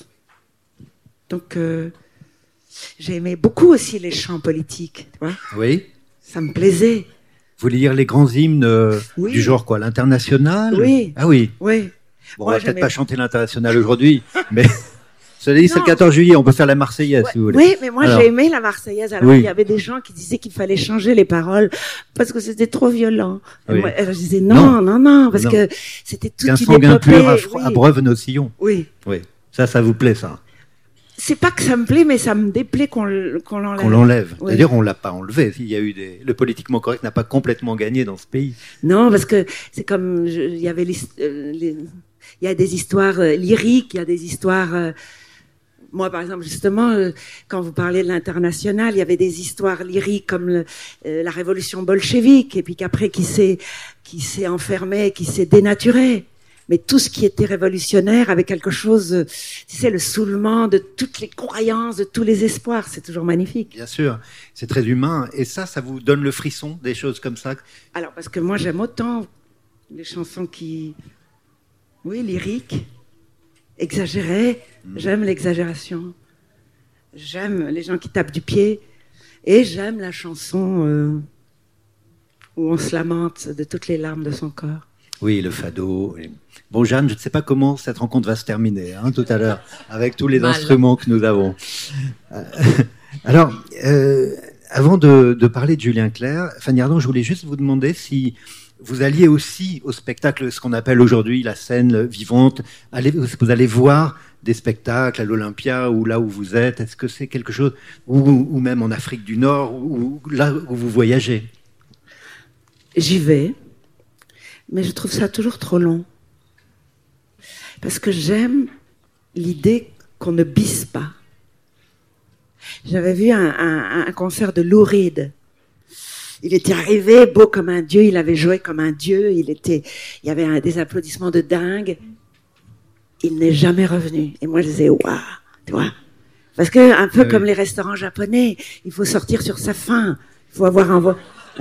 C: Donc euh, j'ai aimé beaucoup aussi les chants politiques, tu vois.
B: Oui.
C: Ça me plaisait.
B: Vous voulez lire les grands hymnes euh,
C: Oui.
B: du genre quoi, l'international?
C: Oui.
B: Ah oui.
C: Oui.
B: Bon,
C: Moi,
B: on va peut-être
C: j'aimais-
B: pas chanter l'international aujourd'hui, mais cela dit, c'est
C: Non.
B: le quatorze juillet, on peut faire la Marseillaise
C: Ouais,
B: si vous voulez.
C: oui, mais moi
B: Alors.
C: j'ai aimé la Marseillaise. Alors
B: Oui.
C: il y avait des gens qui disaient qu'il fallait changer les paroles parce que c'était trop violent. Et
B: Oui.
C: moi, je disais non, non, non, parce
B: Non.
C: que c'était toute
B: Qu'un
C: une
B: sanguin
C: épopée.
B: pur à,
C: oui.
B: à breuve nos sillons.
C: Oui.
B: Oui. Ça, ça vous plaît, ça?
C: C'est pas que ça me plaît, mais ça me déplaît qu'on l- qu'on l'enlève.
B: Qu'on l'enlève.
C: Oui.
B: D'ailleurs, on l'a pas enlevé. Il y a eu des... Le politiquement correct n'a pas complètement gagné dans ce pays.
C: Non, parce que c'est comme je- il y avait les, euh, les- il y a des histoires euh, lyriques, il y a des histoires. euh, moi, par exemple, justement, euh, quand vous parlez de l'international, il y avait des histoires lyriques comme le- euh, la révolution bolchevique, et puis qu'après qui s'est qui s'est enfermé, qui s'est dénaturé. Mais tout ce qui était révolutionnaire avait quelque chose, euh, tu sais, le saoulement de toutes les croyances, de tous les espoirs. C'est toujours magnifique.
B: Bien sûr. C'est très humain. Et ça, ça vous donne le frisson, des choses comme ça?
C: Alors, parce que moi, j'aime autant les chansons qui, oui, lyriques, exagérées. J'aime l'exagération. J'aime les gens qui tapent du pied. Et j'aime la chanson euh, où on se lamente de toutes les larmes de son corps.
B: Oui, le fado. Et- Bon, Jeanne, je ne sais pas comment cette rencontre va se terminer, hein, tout à l'heure, avec tous les
D: Mal.
B: instruments que nous avons. Euh, Alors, euh, avant de, de parler de Julien Clerc, Fanny Ardant, je voulais juste vous demander si vous alliez aussi au spectacle, ce qu'on appelle aujourd'hui la scène vivante. Allez, vous allez voir des spectacles à l'Olympia ou là où vous êtes. Est-ce que c'est quelque chose, ou, ou même en Afrique du Nord, ou, ou là où vous voyagez?
C: J'y vais, mais je trouve ça toujours trop long. Parce que j'aime l'idée qu'on ne bise pas. J'avais vu un, un, un concert de Lou Reed. Il était arrivé beau comme un dieu, il avait joué comme un dieu, il était, il y avait un, des applaudissements de dingue. Il n'est jamais revenu. Et moi, je disais, waouh, tu vois. Parce que, un peu oui. comme les restaurants japonais, il faut sortir sur sa faim. Il faut avoir un voix. Tu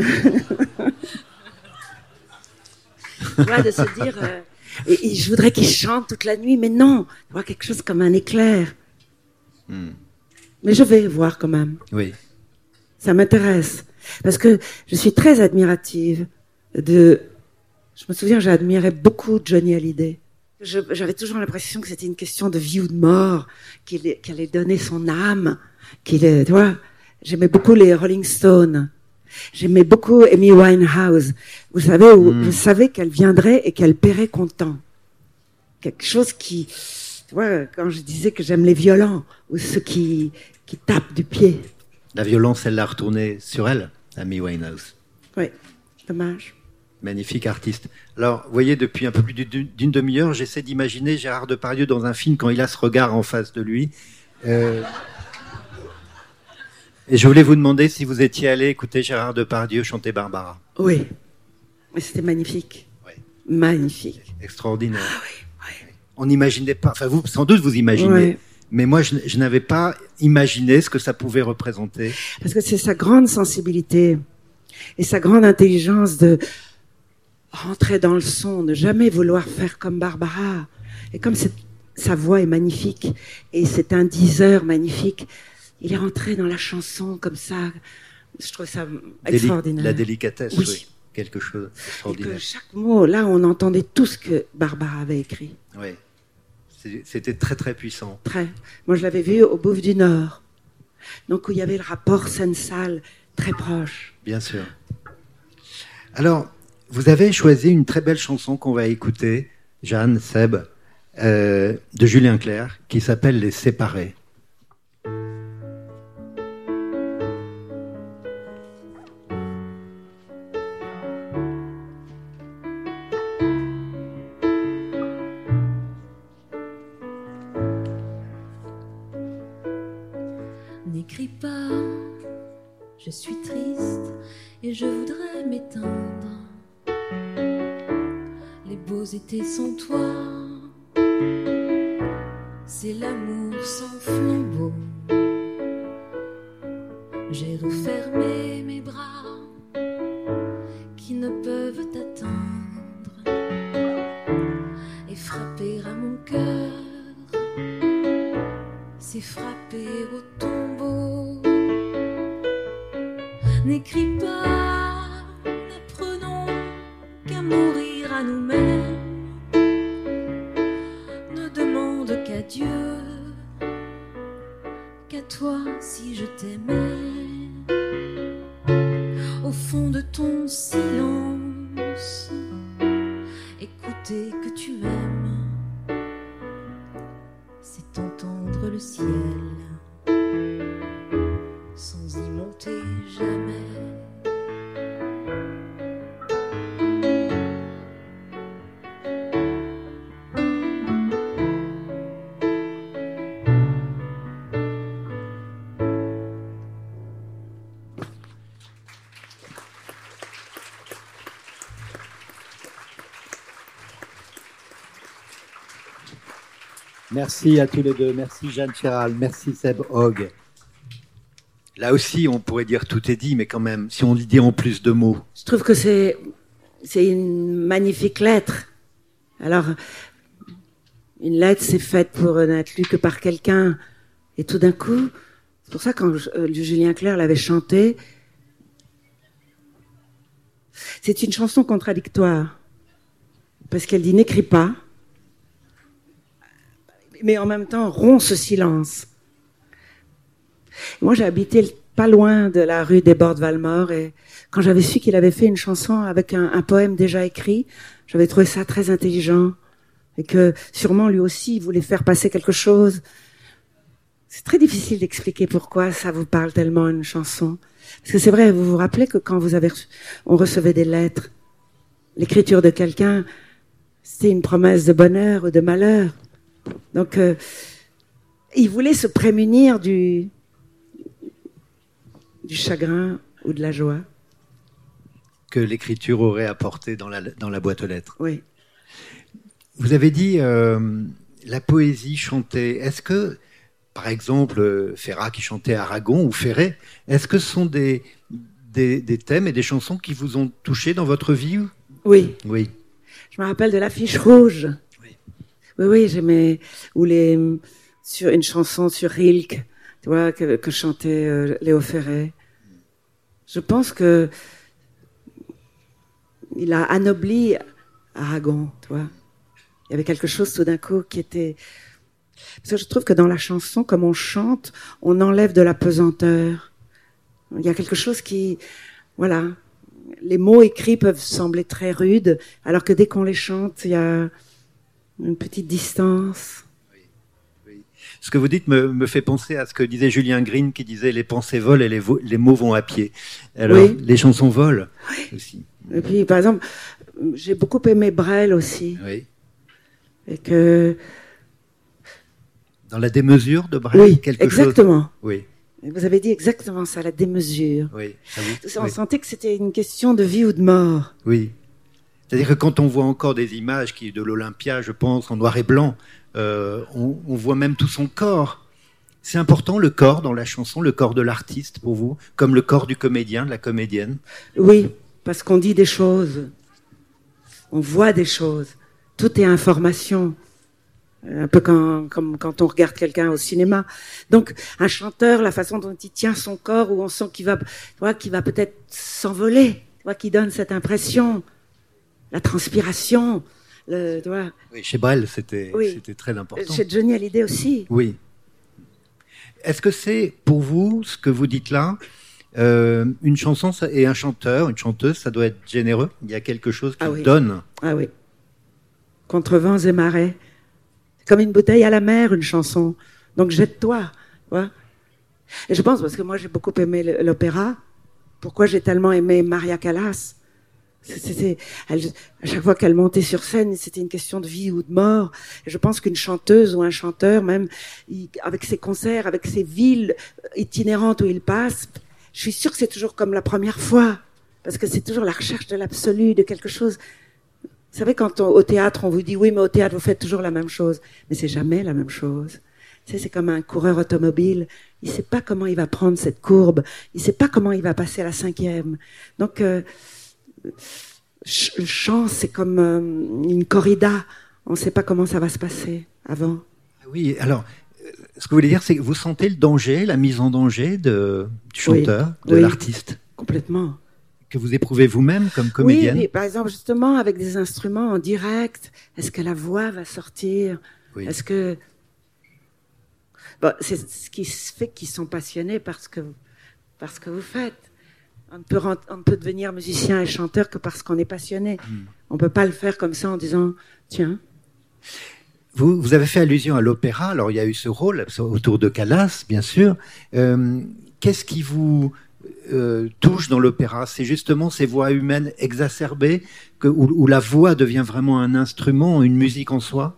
C: vois, de se dire, euh, et, et je voudrais qu'il chante toute la nuit, mais non. Tu vois, quelque chose comme un éclair. Hmm. Mais je vais voir quand même.
B: Oui.
C: Ça m'intéresse. Parce que je suis très admirative de... Je me souviens, j'admirais beaucoup Johnny Hallyday. Je, j'avais toujours l'impression que c'était une question de vie ou de mort, qu'il, qu'il allait donner son âme, qu'il, tu vois. J'aimais beaucoup les Rolling Stones. J'aimais beaucoup Amy Winehouse. Vous savez, où, mm. vous savez qu'elle viendrait et qu'elle paierait content. Quelque chose qui, tu vois, quand je disais que j'aime les violents ou ceux qui, qui tapent du pied.
B: La violence, elle l'a retournée sur elle, Amy Winehouse.
C: Oui, dommage.
B: Magnifique artiste. Alors, vous voyez, depuis un peu plus d'une demi-heure, j'essaie d'imaginer Gérard Depardieu dans un film quand il a ce regard en face de lui. Euh... Et je voulais vous demander si vous étiez allé écouter Gérard Depardieu chanter Barbara.
C: Oui, mais c'était magnifique.
B: Oui.
C: Magnifique.
B: Extraordinaire.
C: Ah oui, oui.
B: On n'imaginait pas, enfin vous, sans doute vous imaginez, oui. mais moi je, je n'avais pas imaginé ce que ça pouvait représenter.
C: Parce que c'est sa grande sensibilité et sa grande intelligence de rentrer dans le son, ne jamais vouloir faire comme Barbara. Et comme cette, sa voix est magnifique et c'est un diseur magnifique, il est rentré dans la chanson comme ça. Je trouve ça extraordinaire.
B: Déli- la délicatesse, oui. oui. Quelque chose d'extraordinaire.
C: Et que chaque mot, là, on entendait tout ce que Barbara avait écrit.
B: Oui. C'était très, très puissant.
C: Très. Moi, je l'avais vu au Bouffe du Nord. Donc, où il y avait le rapport scène-salle très proche.
B: Bien sûr. Alors, vous avez choisi une très belle chanson qu'on va écouter, Jeanne, Seb, euh, de Julien Clerc, qui s'appelle Les Séparés.
D: N'écris pas, je suis triste et je voudrais m'éteindre. Les beaux étés sans toi, c'est l'amour sans flambeau. J'ai refermé mes bras qui ne peuvent t'atteindre et frapper à mon cœur, c'est frapper au tombeau. N'écris pas, n'apprenons qu'à mourir à nous-mêmes. Ne demande qu'à Dieu, qu'à toi si je t'aimais. Au fond de ton silence, écouter que tu aimes, c'est entendre le ciel sans y monter jamais.
B: Merci à tous les deux. Merci Jeanne Chéral. Merci Seb Hogg. Là aussi, on pourrait dire tout est dit, mais quand même, si on dit en plus de mots.
C: Je trouve que c'est, c'est une magnifique lettre. Alors, une lettre, c'est faite pour n'être lue que par quelqu'un. Et tout d'un coup, c'est pour ça que quand euh, Julien Clerc l'avait chantée, c'est une chanson contradictoire. Parce qu'elle dit n'écris pas, mais en même temps rompt ce silence. Moi, j'ai habité pas loin de la rue des Bordes-Valmore et quand j'avais su qu'il avait fait une chanson avec un, un poème déjà écrit, j'avais trouvé ça très intelligent et que sûrement lui aussi il voulait faire passer quelque chose. C'est très difficile d'expliquer pourquoi ça vous parle tellement une chanson. Parce que c'est vrai, vous vous rappelez que quand vous avez reçu, on recevait des lettres, l'écriture de quelqu'un, c'était une promesse de bonheur ou de malheur. Donc, euh, il voulait se prémunir du, du chagrin ou de la joie.
B: Que l'écriture aurait apporté dans la, dans la boîte aux lettres.
C: Oui.
B: Vous avez dit euh, la poésie chantée. Est-ce que, par exemple, Ferrat qui chantait Aragon ou Ferré, est-ce que ce sont des, des, des thèmes et des chansons qui vous ont touché dans votre vie?
C: Oui.
B: Oui.
C: Je me rappelle de l'affiche rouge.
B: Oui,
C: oui, oui j'aimais. Ou les, sur une chanson sur Rilke, tu vois, que, que chantait euh, Léo Ferré. Je pense que il a anobli Aragon, tu vois. Il y avait quelque chose tout d'un coup qui était... Parce que je trouve que dans la chanson, comme on chante, on enlève de la pesanteur. Il y a quelque chose qui... Voilà. Les mots écrits peuvent sembler très rudes, alors que dès qu'on les chante, il y a une petite distance.
B: Oui, oui. Ce que vous dites me, me fait penser à ce que disait Julien Green, qui disait « les pensées volent et les, vo- les mots vont à pied ». Alors,
C: oui.
B: Les chansons volent
C: oui.
B: aussi.
C: Et puis, par exemple, j'ai beaucoup aimé Brel aussi.
B: Oui.
C: Et que...
B: Dans la démesure de Brel,
C: oui,
B: quelque
C: exactement.
B: chose... Oui,
C: Vous avez dit exactement ça, la démesure.
B: oui. Ça vous...
C: On
B: oui.
C: sentait que c'était une question de vie ou de mort.
B: Oui. C'est-à-dire que quand on voit encore des images qui, de l'Olympia, je pense, en noir et blanc, euh, on, on voit même tout son corps. C'est important, le corps, dans la chanson, le corps de l'artiste, pour vous, comme le corps du comédien, de la comédienne?
C: Oui, parce qu'on dit des choses. On voit des choses. Tout est information. Un peu quand, comme quand on regarde quelqu'un au cinéma. Donc, un chanteur, la façon dont il tient son corps, où on sent qu'il va, tu vois, qu'il va peut-être s'envoler, tu vois, qui donne cette impression. La transpiration, le, tu vois.
B: Oui, chez Brel, c'était,
C: oui.
B: c'était très important.
C: Chez Johnny Hallyday aussi.
B: Oui. Est-ce que c'est, pour vous, ce que vous dites là, euh, une chanson et un chanteur, une chanteuse, ça doit être généreux? Il y a quelque chose qui
C: ah oui.
B: donne.
C: Ah oui. Contre vents et marées. C'est comme une bouteille à la mer, une chanson. Donc jette-toi. Tu vois. Et je pense, parce que moi j'ai beaucoup aimé l'opéra, pourquoi j'ai tellement aimé Maria Callas? C'était, elle, à chaque fois qu'elle montait sur scène, c'était une question de vie ou de mort. Et je pense qu'une chanteuse ou un chanteur, même il, avec ses concerts, avec ses villes itinérantes où il passe, je suis sûre que c'est toujours comme la première fois, parce que c'est toujours la recherche de l'absolu, de quelque chose. Vous savez, quand on, au théâtre, on vous dit oui, mais au théâtre, vous faites toujours la même chose, mais c'est jamais la même chose. Tu sais, c'est comme un coureur automobile. Il sait pas comment il va prendre cette courbe. Il sait pas comment il va passer à la cinquième. Donc euh, le chant, c'est comme euh, une corrida. On ne sait pas comment ça va se passer avant.
B: Oui, alors, ce que vous voulez dire, c'est que vous sentez le danger, la mise en danger de, du chanteur,
C: oui,
B: de
C: oui,
B: l'artiste?
C: Complètement.
B: Que vous éprouvez vous-même comme comédienne?
C: Oui, oui, par exemple, justement, avec des instruments en direct, est-ce que la voix va sortir? Oui. Est-ce que... Bon, c'est ce qui fait qu'ils sont passionnés parce que, parce que vous faites. On ne, peut, on ne peut devenir musicien et chanteur que parce qu'on est passionné. Mm. On ne peut pas le faire comme ça en disant « tiens ».
B: Vous, vous avez fait allusion à l'opéra. Alors, il y a eu ce rôle autour de Callas, bien sûr. Euh, qu'est-ce qui vous euh, touche dans l'opéra? C'est justement ces voix humaines exacerbées que, où, où la voix devient vraiment un instrument, une musique en soi?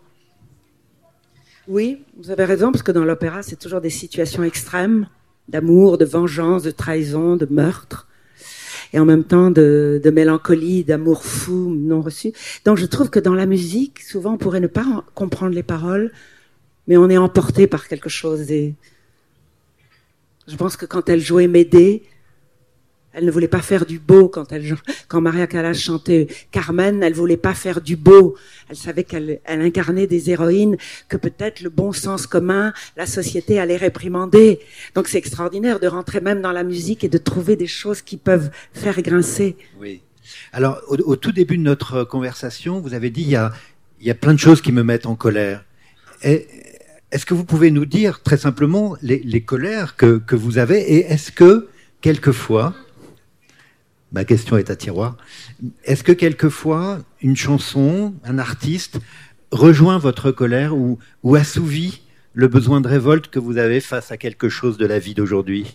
C: Oui, vous avez raison, parce que dans l'opéra, c'est toujours des situations extrêmes, d'amour, de vengeance, de trahison, de meurtre, et en même temps de, de mélancolie, d'amour fou non reçu. Donc je trouve que dans la musique, souvent on pourrait ne pas comprendre les paroles, mais on est emporté par quelque chose. Et je pense que quand elle jouait Médée, elle ne voulait pas faire du beau. Quand, elle, quand Maria Callas chantait Carmen, elle ne voulait pas faire du beau. Elle savait qu'elle elle incarnait des héroïnes que peut-être le bon sens commun, la société allait réprimander. Donc c'est extraordinaire de rentrer même dans la musique et de trouver des choses qui peuvent faire grincer.
B: Oui. Alors, au, au tout début de notre conversation, vous avez dit il y a, il y a plein de choses qui me mettent en colère. Et, est-ce que vous pouvez nous dire très simplement les, les colères que, que vous avez, et est-ce que, quelquefois, ma question est à tiroir, est-ce que quelquefois, une chanson, un artiste, rejoint votre colère ou, ou assouvit le besoin de révolte que vous avez face à quelque chose de la vie d'aujourd'hui?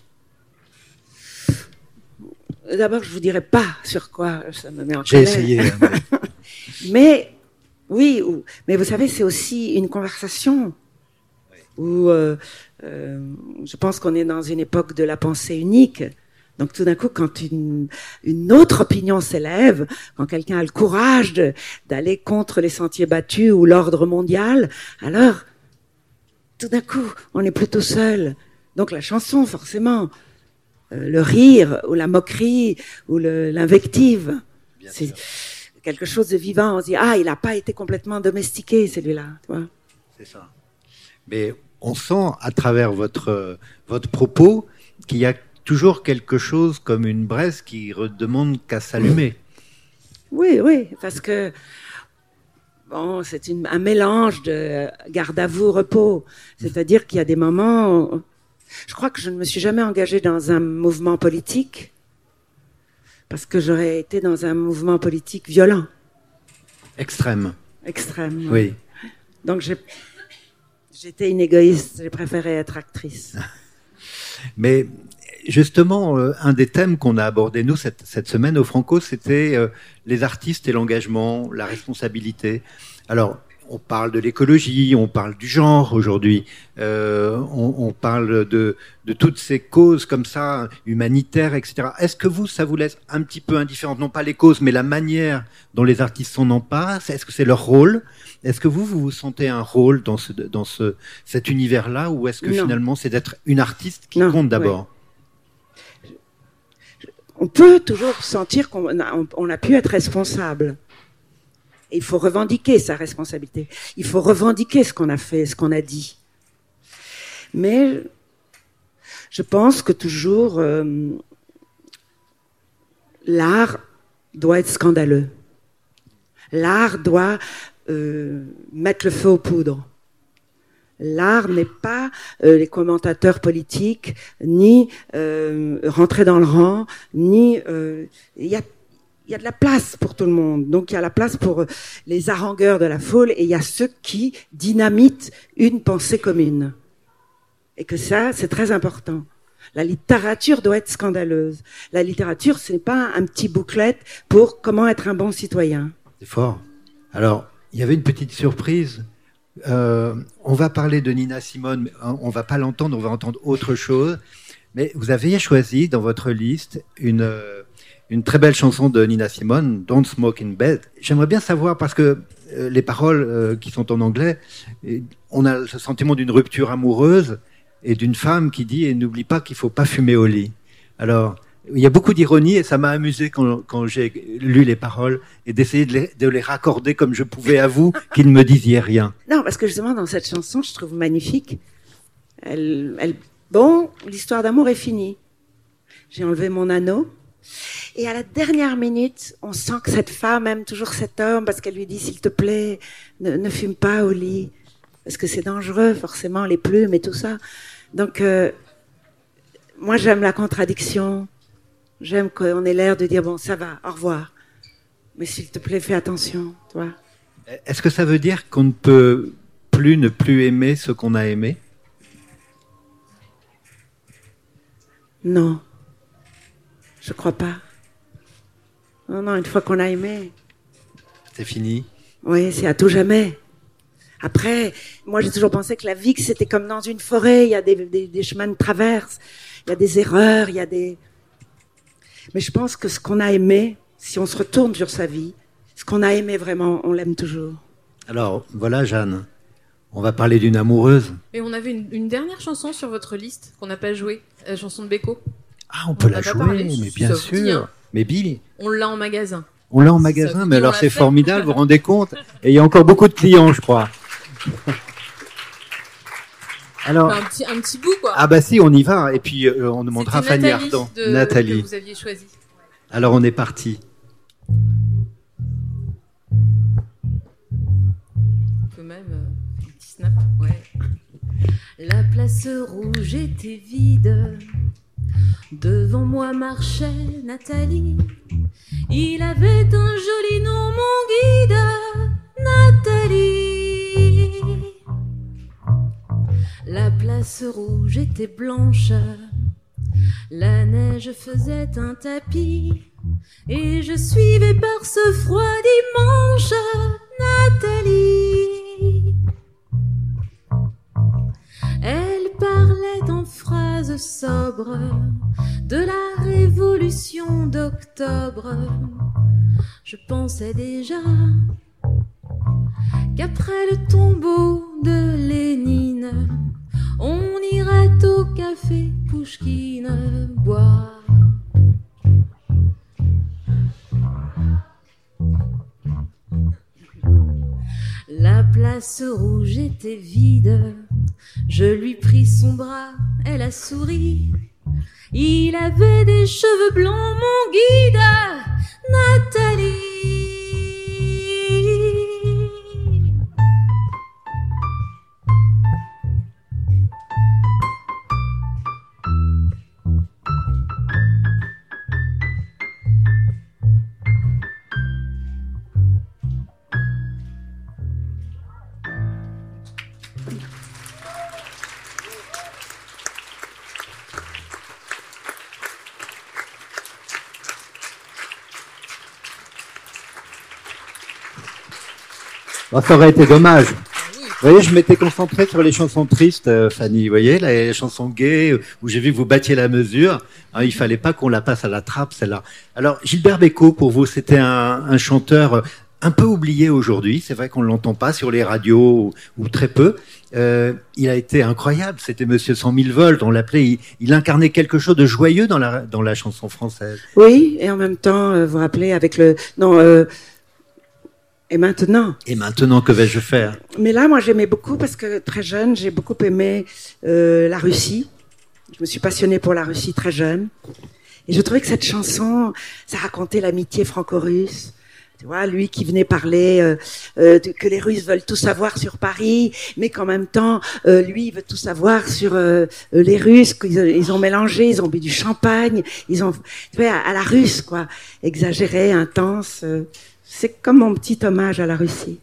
C: D'abord, je ne vous dirai pas sur quoi ça me met en
B: J'ai
C: colère.
B: J'ai essayé.
C: Mais Oui, ou, mais vous savez, c'est aussi une conversation où euh, euh, je pense qu'on est dans une époque de la pensée unique. Donc tout d'un coup, quand une, une autre opinion s'élève, quand quelqu'un a le courage de, d'aller contre les sentiers battus ou l'ordre mondial, alors tout d'un coup, on n'est plus tout seul. Donc la chanson, forcément, euh, le rire ou la moquerie ou le, l'invective, bien c'est sûr. Quelque chose de vivant. On se dit, ah, il n'a pas été complètement domestiqué, celui-là. Tu vois ?
B: C'est ça. Mais on sent à travers votre, votre propos qu'il y a toujours quelque chose comme une braise qui ne demande qu'à s'allumer.
C: Oui, oui, parce que bon, c'est une, un mélange de garde à vous, repos. C'est-à-dire qu'il y a des moments... Où, je crois que je ne me suis jamais engagée dans un mouvement politique parce que j'aurais été dans un mouvement politique violent.
B: Extrême.
C: Extrême.
B: Oui.
C: Donc j'ai, j'étais une égoïste, j'ai préféré être actrice.
B: Mais justement, euh, un des thèmes qu'on a abordé, nous, cette, cette semaine au Franco, c'était euh, les artistes et l'engagement, la responsabilité. Alors, on parle de l'écologie, on parle du genre aujourd'hui, euh, on, on parle de, de toutes ces causes comme ça, humanitaires, et cetera. Est-ce que vous, ça vous laisse un petit peu indifférent, non pas les causes, mais la manière dont les artistes s'en emparent? Est-ce que c'est leur rôle? Est-ce que vous, vous vous sentez un rôle dans, ce, dans ce, cet univers-là, ou est-ce que non. Finalement c'est d'être une artiste qui non, compte d'abord?
C: Oui. On peut toujours sentir qu'on a, on, on a pu être responsable. Et il faut revendiquer sa responsabilité. Il faut revendiquer ce qu'on a fait, ce qu'on a dit. Mais je pense que toujours euh, l'art doit être scandaleux. L'art doit euh, mettre le feu aux poudres. L'art n'est pas euh, les commentateurs politiques, ni euh, rentrer dans le rang, ni euh, il y a il y a de la place pour tout le monde. Donc il y a la place pour les harangueurs de la foule et il y a ceux qui dynamitent une pensée commune. Et que ça, c'est très important. La littérature doit être scandaleuse. La littérature, ce n'est pas un petit bouclette pour comment être un bon citoyen.
B: C'est fort. Alors, il y avait une petite surprise. Euh, on va parler de Nina Simone, mais on va pas l'entendre, on va entendre autre chose. Mais vous avez choisi dans votre liste une... une très belle chanson de Nina Simone, Don't Smoke in Bed. J'aimerais bien savoir, parce que euh, les paroles euh, qui sont en anglais, on a le sentiment d'une rupture amoureuse et d'une femme qui dit « et n'oublie pas qu'il ne faut pas fumer au lit ». Alors, il y a beaucoup d'ironie et ça m'a amusé quand, quand j'ai lu les paroles et d'essayer de les, de les raccorder comme je pouvais à vous, qui ne me disiez rien.
C: Non, parce que justement, dans cette chanson, je trouve magnifique. Elle, elle, bon, l'histoire d'amour est finie. J'ai enlevé mon anneau. Et à la dernière minute, on sent que cette femme aime toujours cet homme parce qu'elle lui dit, s'il te plaît, ne, ne fume pas au lit. Parce que c'est dangereux, forcément, les plumes et tout ça. Donc, euh, moi, j'aime la contradiction. J'aime qu'on ait l'air de dire, bon, ça va, au revoir. Mais s'il te plaît, fais attention, tu vois.
B: Est-ce que ça veut dire qu'on ne peut plus ne plus aimer ce qu'on a aimé?
C: Non. Je crois pas. Non, non, une fois qu'on a aimé.
B: C'est fini?
C: Oui, c'est à tout jamais. Après, moi j'ai toujours pensé que la vie, que c'était comme dans une forêt, il y a des, des, des chemins de traverse, il y a des erreurs, il y a des... Mais je pense que ce qu'on a aimé, si on se retourne sur sa vie, ce qu'on a aimé vraiment, on l'aime toujours.
B: Alors, voilà Jeanne, on va parler d'une amoureuse.
E: Et on avait une, une dernière chanson sur votre liste qu'on n'a pas jouée, la chanson de Beko.
B: Ah, on peut on la jouer, parlé, mais bien sûr. Dit, hein. Mais Bill,
E: on l'a en magasin.
B: On l'a en magasin, mais alors c'est fait. Formidable, vous vous rendez compte? Et il y a encore beaucoup de clients, je crois.
E: Alors, un petit, un petit bout, quoi.
B: Ah bah si, on y va. Et puis euh, on demandera à Fanny Ardant.
E: De,
B: Nathalie.
E: Que vous aviez choisi.
B: Alors on est parti.
E: On peut même euh, un petit snap. Ouais. La place rouge était vide. Devant moi marchait Nathalie. Il avait un joli nom, mon guide, Nathalie. La place rouge était blanche, la neige faisait un tapis, et je suivais par ce froid dimanche Nathalie. Elle parlait en phrases sobres de la révolution d'octobre. Je pensais déjà qu'après le tombeau de Lénine, on irait au café Pouchkine boire. La place rouge était vide. Je lui pris son bras, elle a souri. Il avait des cheveux blancs, mon guide, Nathalie.
B: Oh, ça aurait été dommage. Vous voyez, je m'étais concentré sur les chansons tristes, euh, Fanny. Vous voyez, les chansons gays, où j'ai vu que vous battiez la mesure. Hein, il fallait pas qu'on la passe à la trappe, celle-là. Alors, Gilbert Bécaud, pour vous, c'était un, un chanteur un peu oublié aujourd'hui. C'est vrai qu'on ne l'entend pas sur les radios, ou, ou très peu. Euh, il a été incroyable. C'était Monsieur cent mille volts. On l'appelait. Il, il incarnait quelque chose de joyeux dans la, dans la chanson française.
C: Oui, et en même temps, euh, vous vous rappelez, avec le... Non, euh... Et maintenant.
B: Et maintenant, que vais-je faire?
C: Mais là, moi, j'aimais beaucoup parce que très jeune, j'ai beaucoup aimé euh, la Russie. Je me suis passionnée pour la Russie très jeune. Et je trouvais que cette chanson, ça racontait l'amitié franco-russe. Tu vois, lui qui venait parler euh, euh, de, que les Russes veulent tout savoir sur Paris, mais qu'en même temps, euh, lui, il veut tout savoir sur euh, les Russes. Qu'ils, ils ont mélangé, ils ont bu du champagne, ils ont, tu vois, à, à la russe, quoi, exagéré, intense. Euh, C'est comme mon petit hommage à la Russie.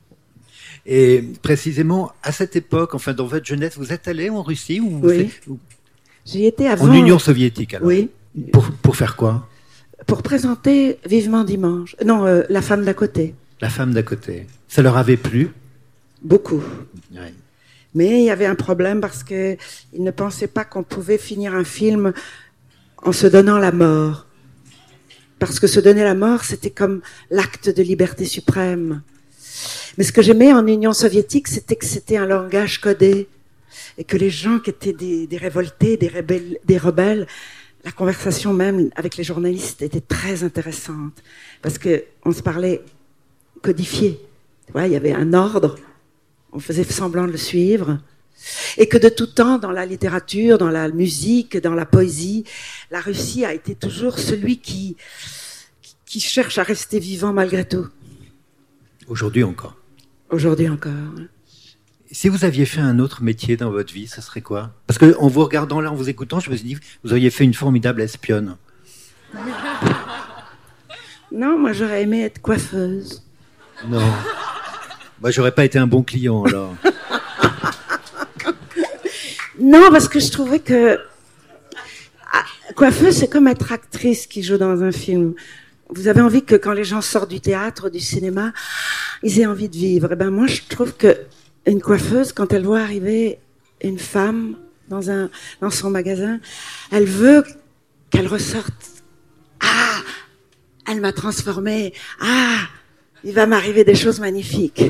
B: Et précisément, à cette époque, enfin dans votre jeunesse, vous êtes allé en Russie ou
C: Oui.
B: ou...
C: J'y étais avant.
B: En Union soviétique, alors.
C: Oui.
B: Pour, pour faire quoi?
C: Pour présenter Vivement Dimanche. Non, euh, La femme d'à côté.
B: La femme d'à côté. Ça leur avait plu?
C: Beaucoup.
B: Ouais.
C: Mais il y avait un problème parce que ils ne pensaient pas qu'on pouvait finir un film en se donnant la mort. Parce que se donner la mort, c'était comme l'acte de liberté suprême. Mais ce que j'aimais en Union soviétique, c'était que c'était un langage codé. Et que les gens qui étaient des, des révoltés, des rebelles, des rebelles, la conversation même avec les journalistes était très intéressante. Parce que on se parlait codifié. Tu vois, il y avait un ordre. On faisait semblant de le suivre. Et que de tout temps, dans la littérature, dans la musique, dans la poésie, la Russie a été toujours celui qui, qui cherche à rester vivant malgré tout.
B: Aujourd'hui encore.
C: Aujourd'hui encore.
B: Si vous aviez fait un autre métier dans votre vie, ce serait quoi? Parce que en vous regardant là, en vous écoutant, je me suis dit, vous auriez fait une formidable espionne.
C: Non, moi j'aurais aimé être coiffeuse.
B: Non. Moi, j'aurais pas été un bon client alors.
C: Non, parce que je trouvais que ah, coiffeuse, c'est comme être actrice qui joue dans un film. Vous avez envie que quand les gens sortent du théâtre, du cinéma, ils aient envie de vivre. Et ben moi, je trouve que une coiffeuse, quand elle voit arriver une femme dans un dans son magasin, elle veut qu'elle ressorte. Ah, elle m'a transformée. Ah, il va m'arriver des choses magnifiques.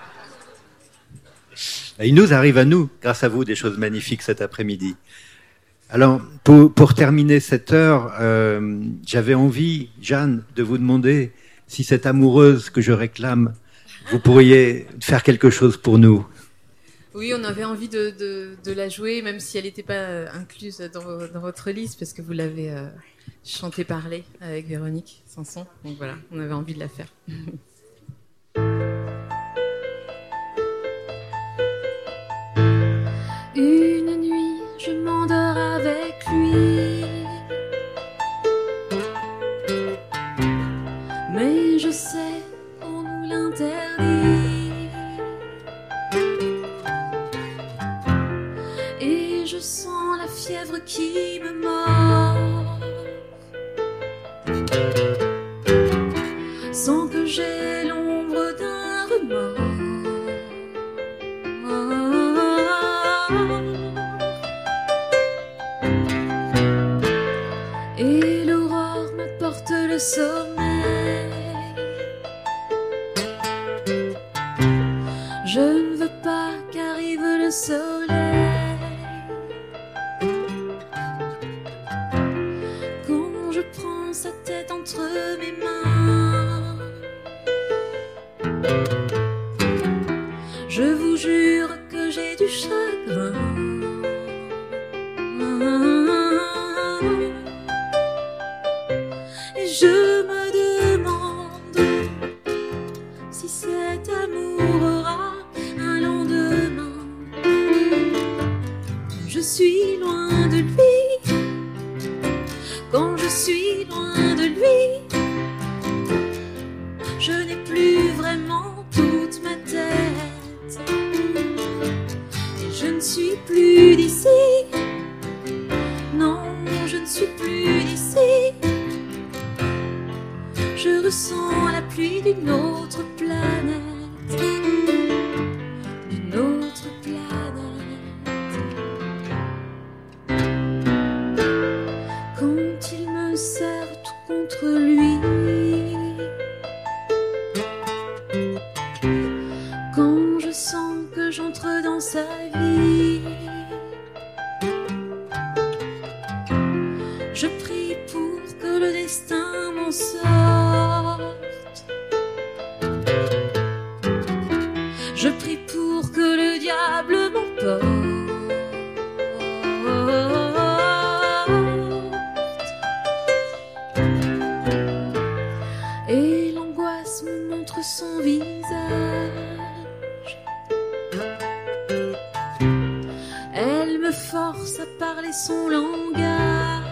B: Il nous arrive à nous, grâce à vous, des choses magnifiques cet après-midi. Alors, pour, pour terminer cette heure, euh, j'avais envie, Jeanne, de vous demander si cette amoureuse que je réclame, vous pourriez faire quelque chose pour nous.
E: Oui, on avait envie de, de, de la jouer, même si elle n'était pas incluse dans, dans votre liste, parce que vous l'avez euh, chanté parler avec Véronique Sanson. Donc voilà, on avait envie de la faire. Une nuit, je m'endors avec lui, mais je sais, on nous l'interdit, et je sens la fièvre qui me mord, sans que j'ai l'ombre d'un chagrin. Et je me demande si cet amour aura un lendemain. Je suis loin de lui, quand je suis loin de lui, je n'ai plus vraiment toute ma tête. Et je ne suis plus d'ici, non, je ne suis plus d'ici. Je ressens la pluie d'une autre planète, d'une autre planète. Quand il me serre tout contre lui, quand je sens que j'entre dans sa vie, je prie pour que le destin m'en sorte. Je prie pour que le diable m'emporte. Et l'angoisse me montre son visage. Elle me force à parler son langage.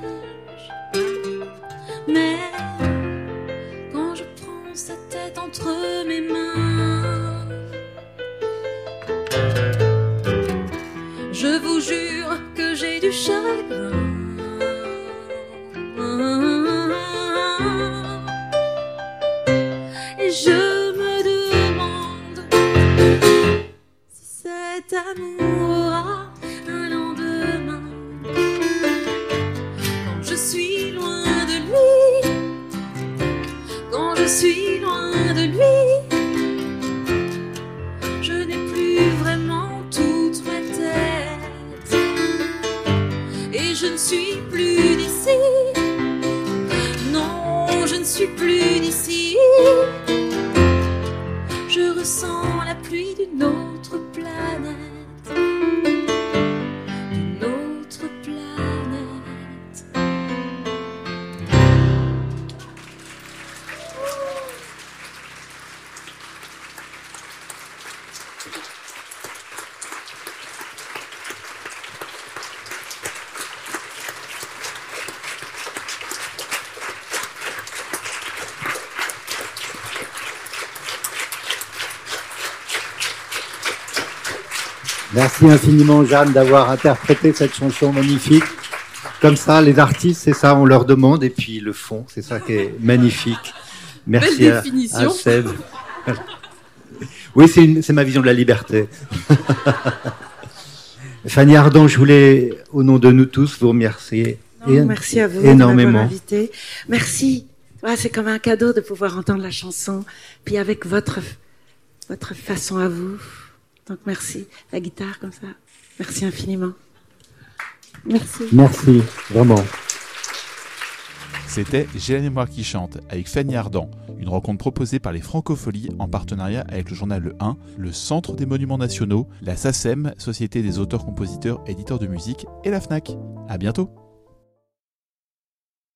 E: Mais quand je prends sa tête entre mes mains, je vous jure que j'ai du chagrin. Et je me demande si cet amour aura un lendemain. Quand je suis loin de lui, quand je suis loin de lui, je n'ai plus vraiment toute ma tête. Et je ne suis plus d'ici, non, je ne suis plus d'ici. Je ressens la pluie d'une autre planète, d'une autre planète.
B: Merci infiniment, Jeanne, d'avoir interprété cette chanson magnifique. Comme ça, les artistes, c'est ça, on leur demande et puis ils le font. C'est ça qui est magnifique. Merci
E: Belle
B: à,
E: définition.
B: à Seb. Oui, c'est, une, c'est ma vision de la liberté. Fanny Ardant, je voulais, au nom de nous tous, vous remercier.
C: Non,
B: Et-
C: merci à vous
B: énormément.
C: de m'avoir invité. Merci. Ouais, c'est comme un cadeau de pouvoir entendre la chanson, puis avec votre, votre façon à vous. Donc merci. La guitare comme ça. Merci infiniment. Merci.
B: Merci, vraiment.
A: C'était J'ai la mémoire qui chante avec Fanny Ardant, une rencontre proposée par les Francopholies en partenariat avec le journal Le un, le Centre des Monuments Nationaux, la SACEM, Société des auteurs, compositeurs, éditeurs de musique, et la FNAC. À bientôt.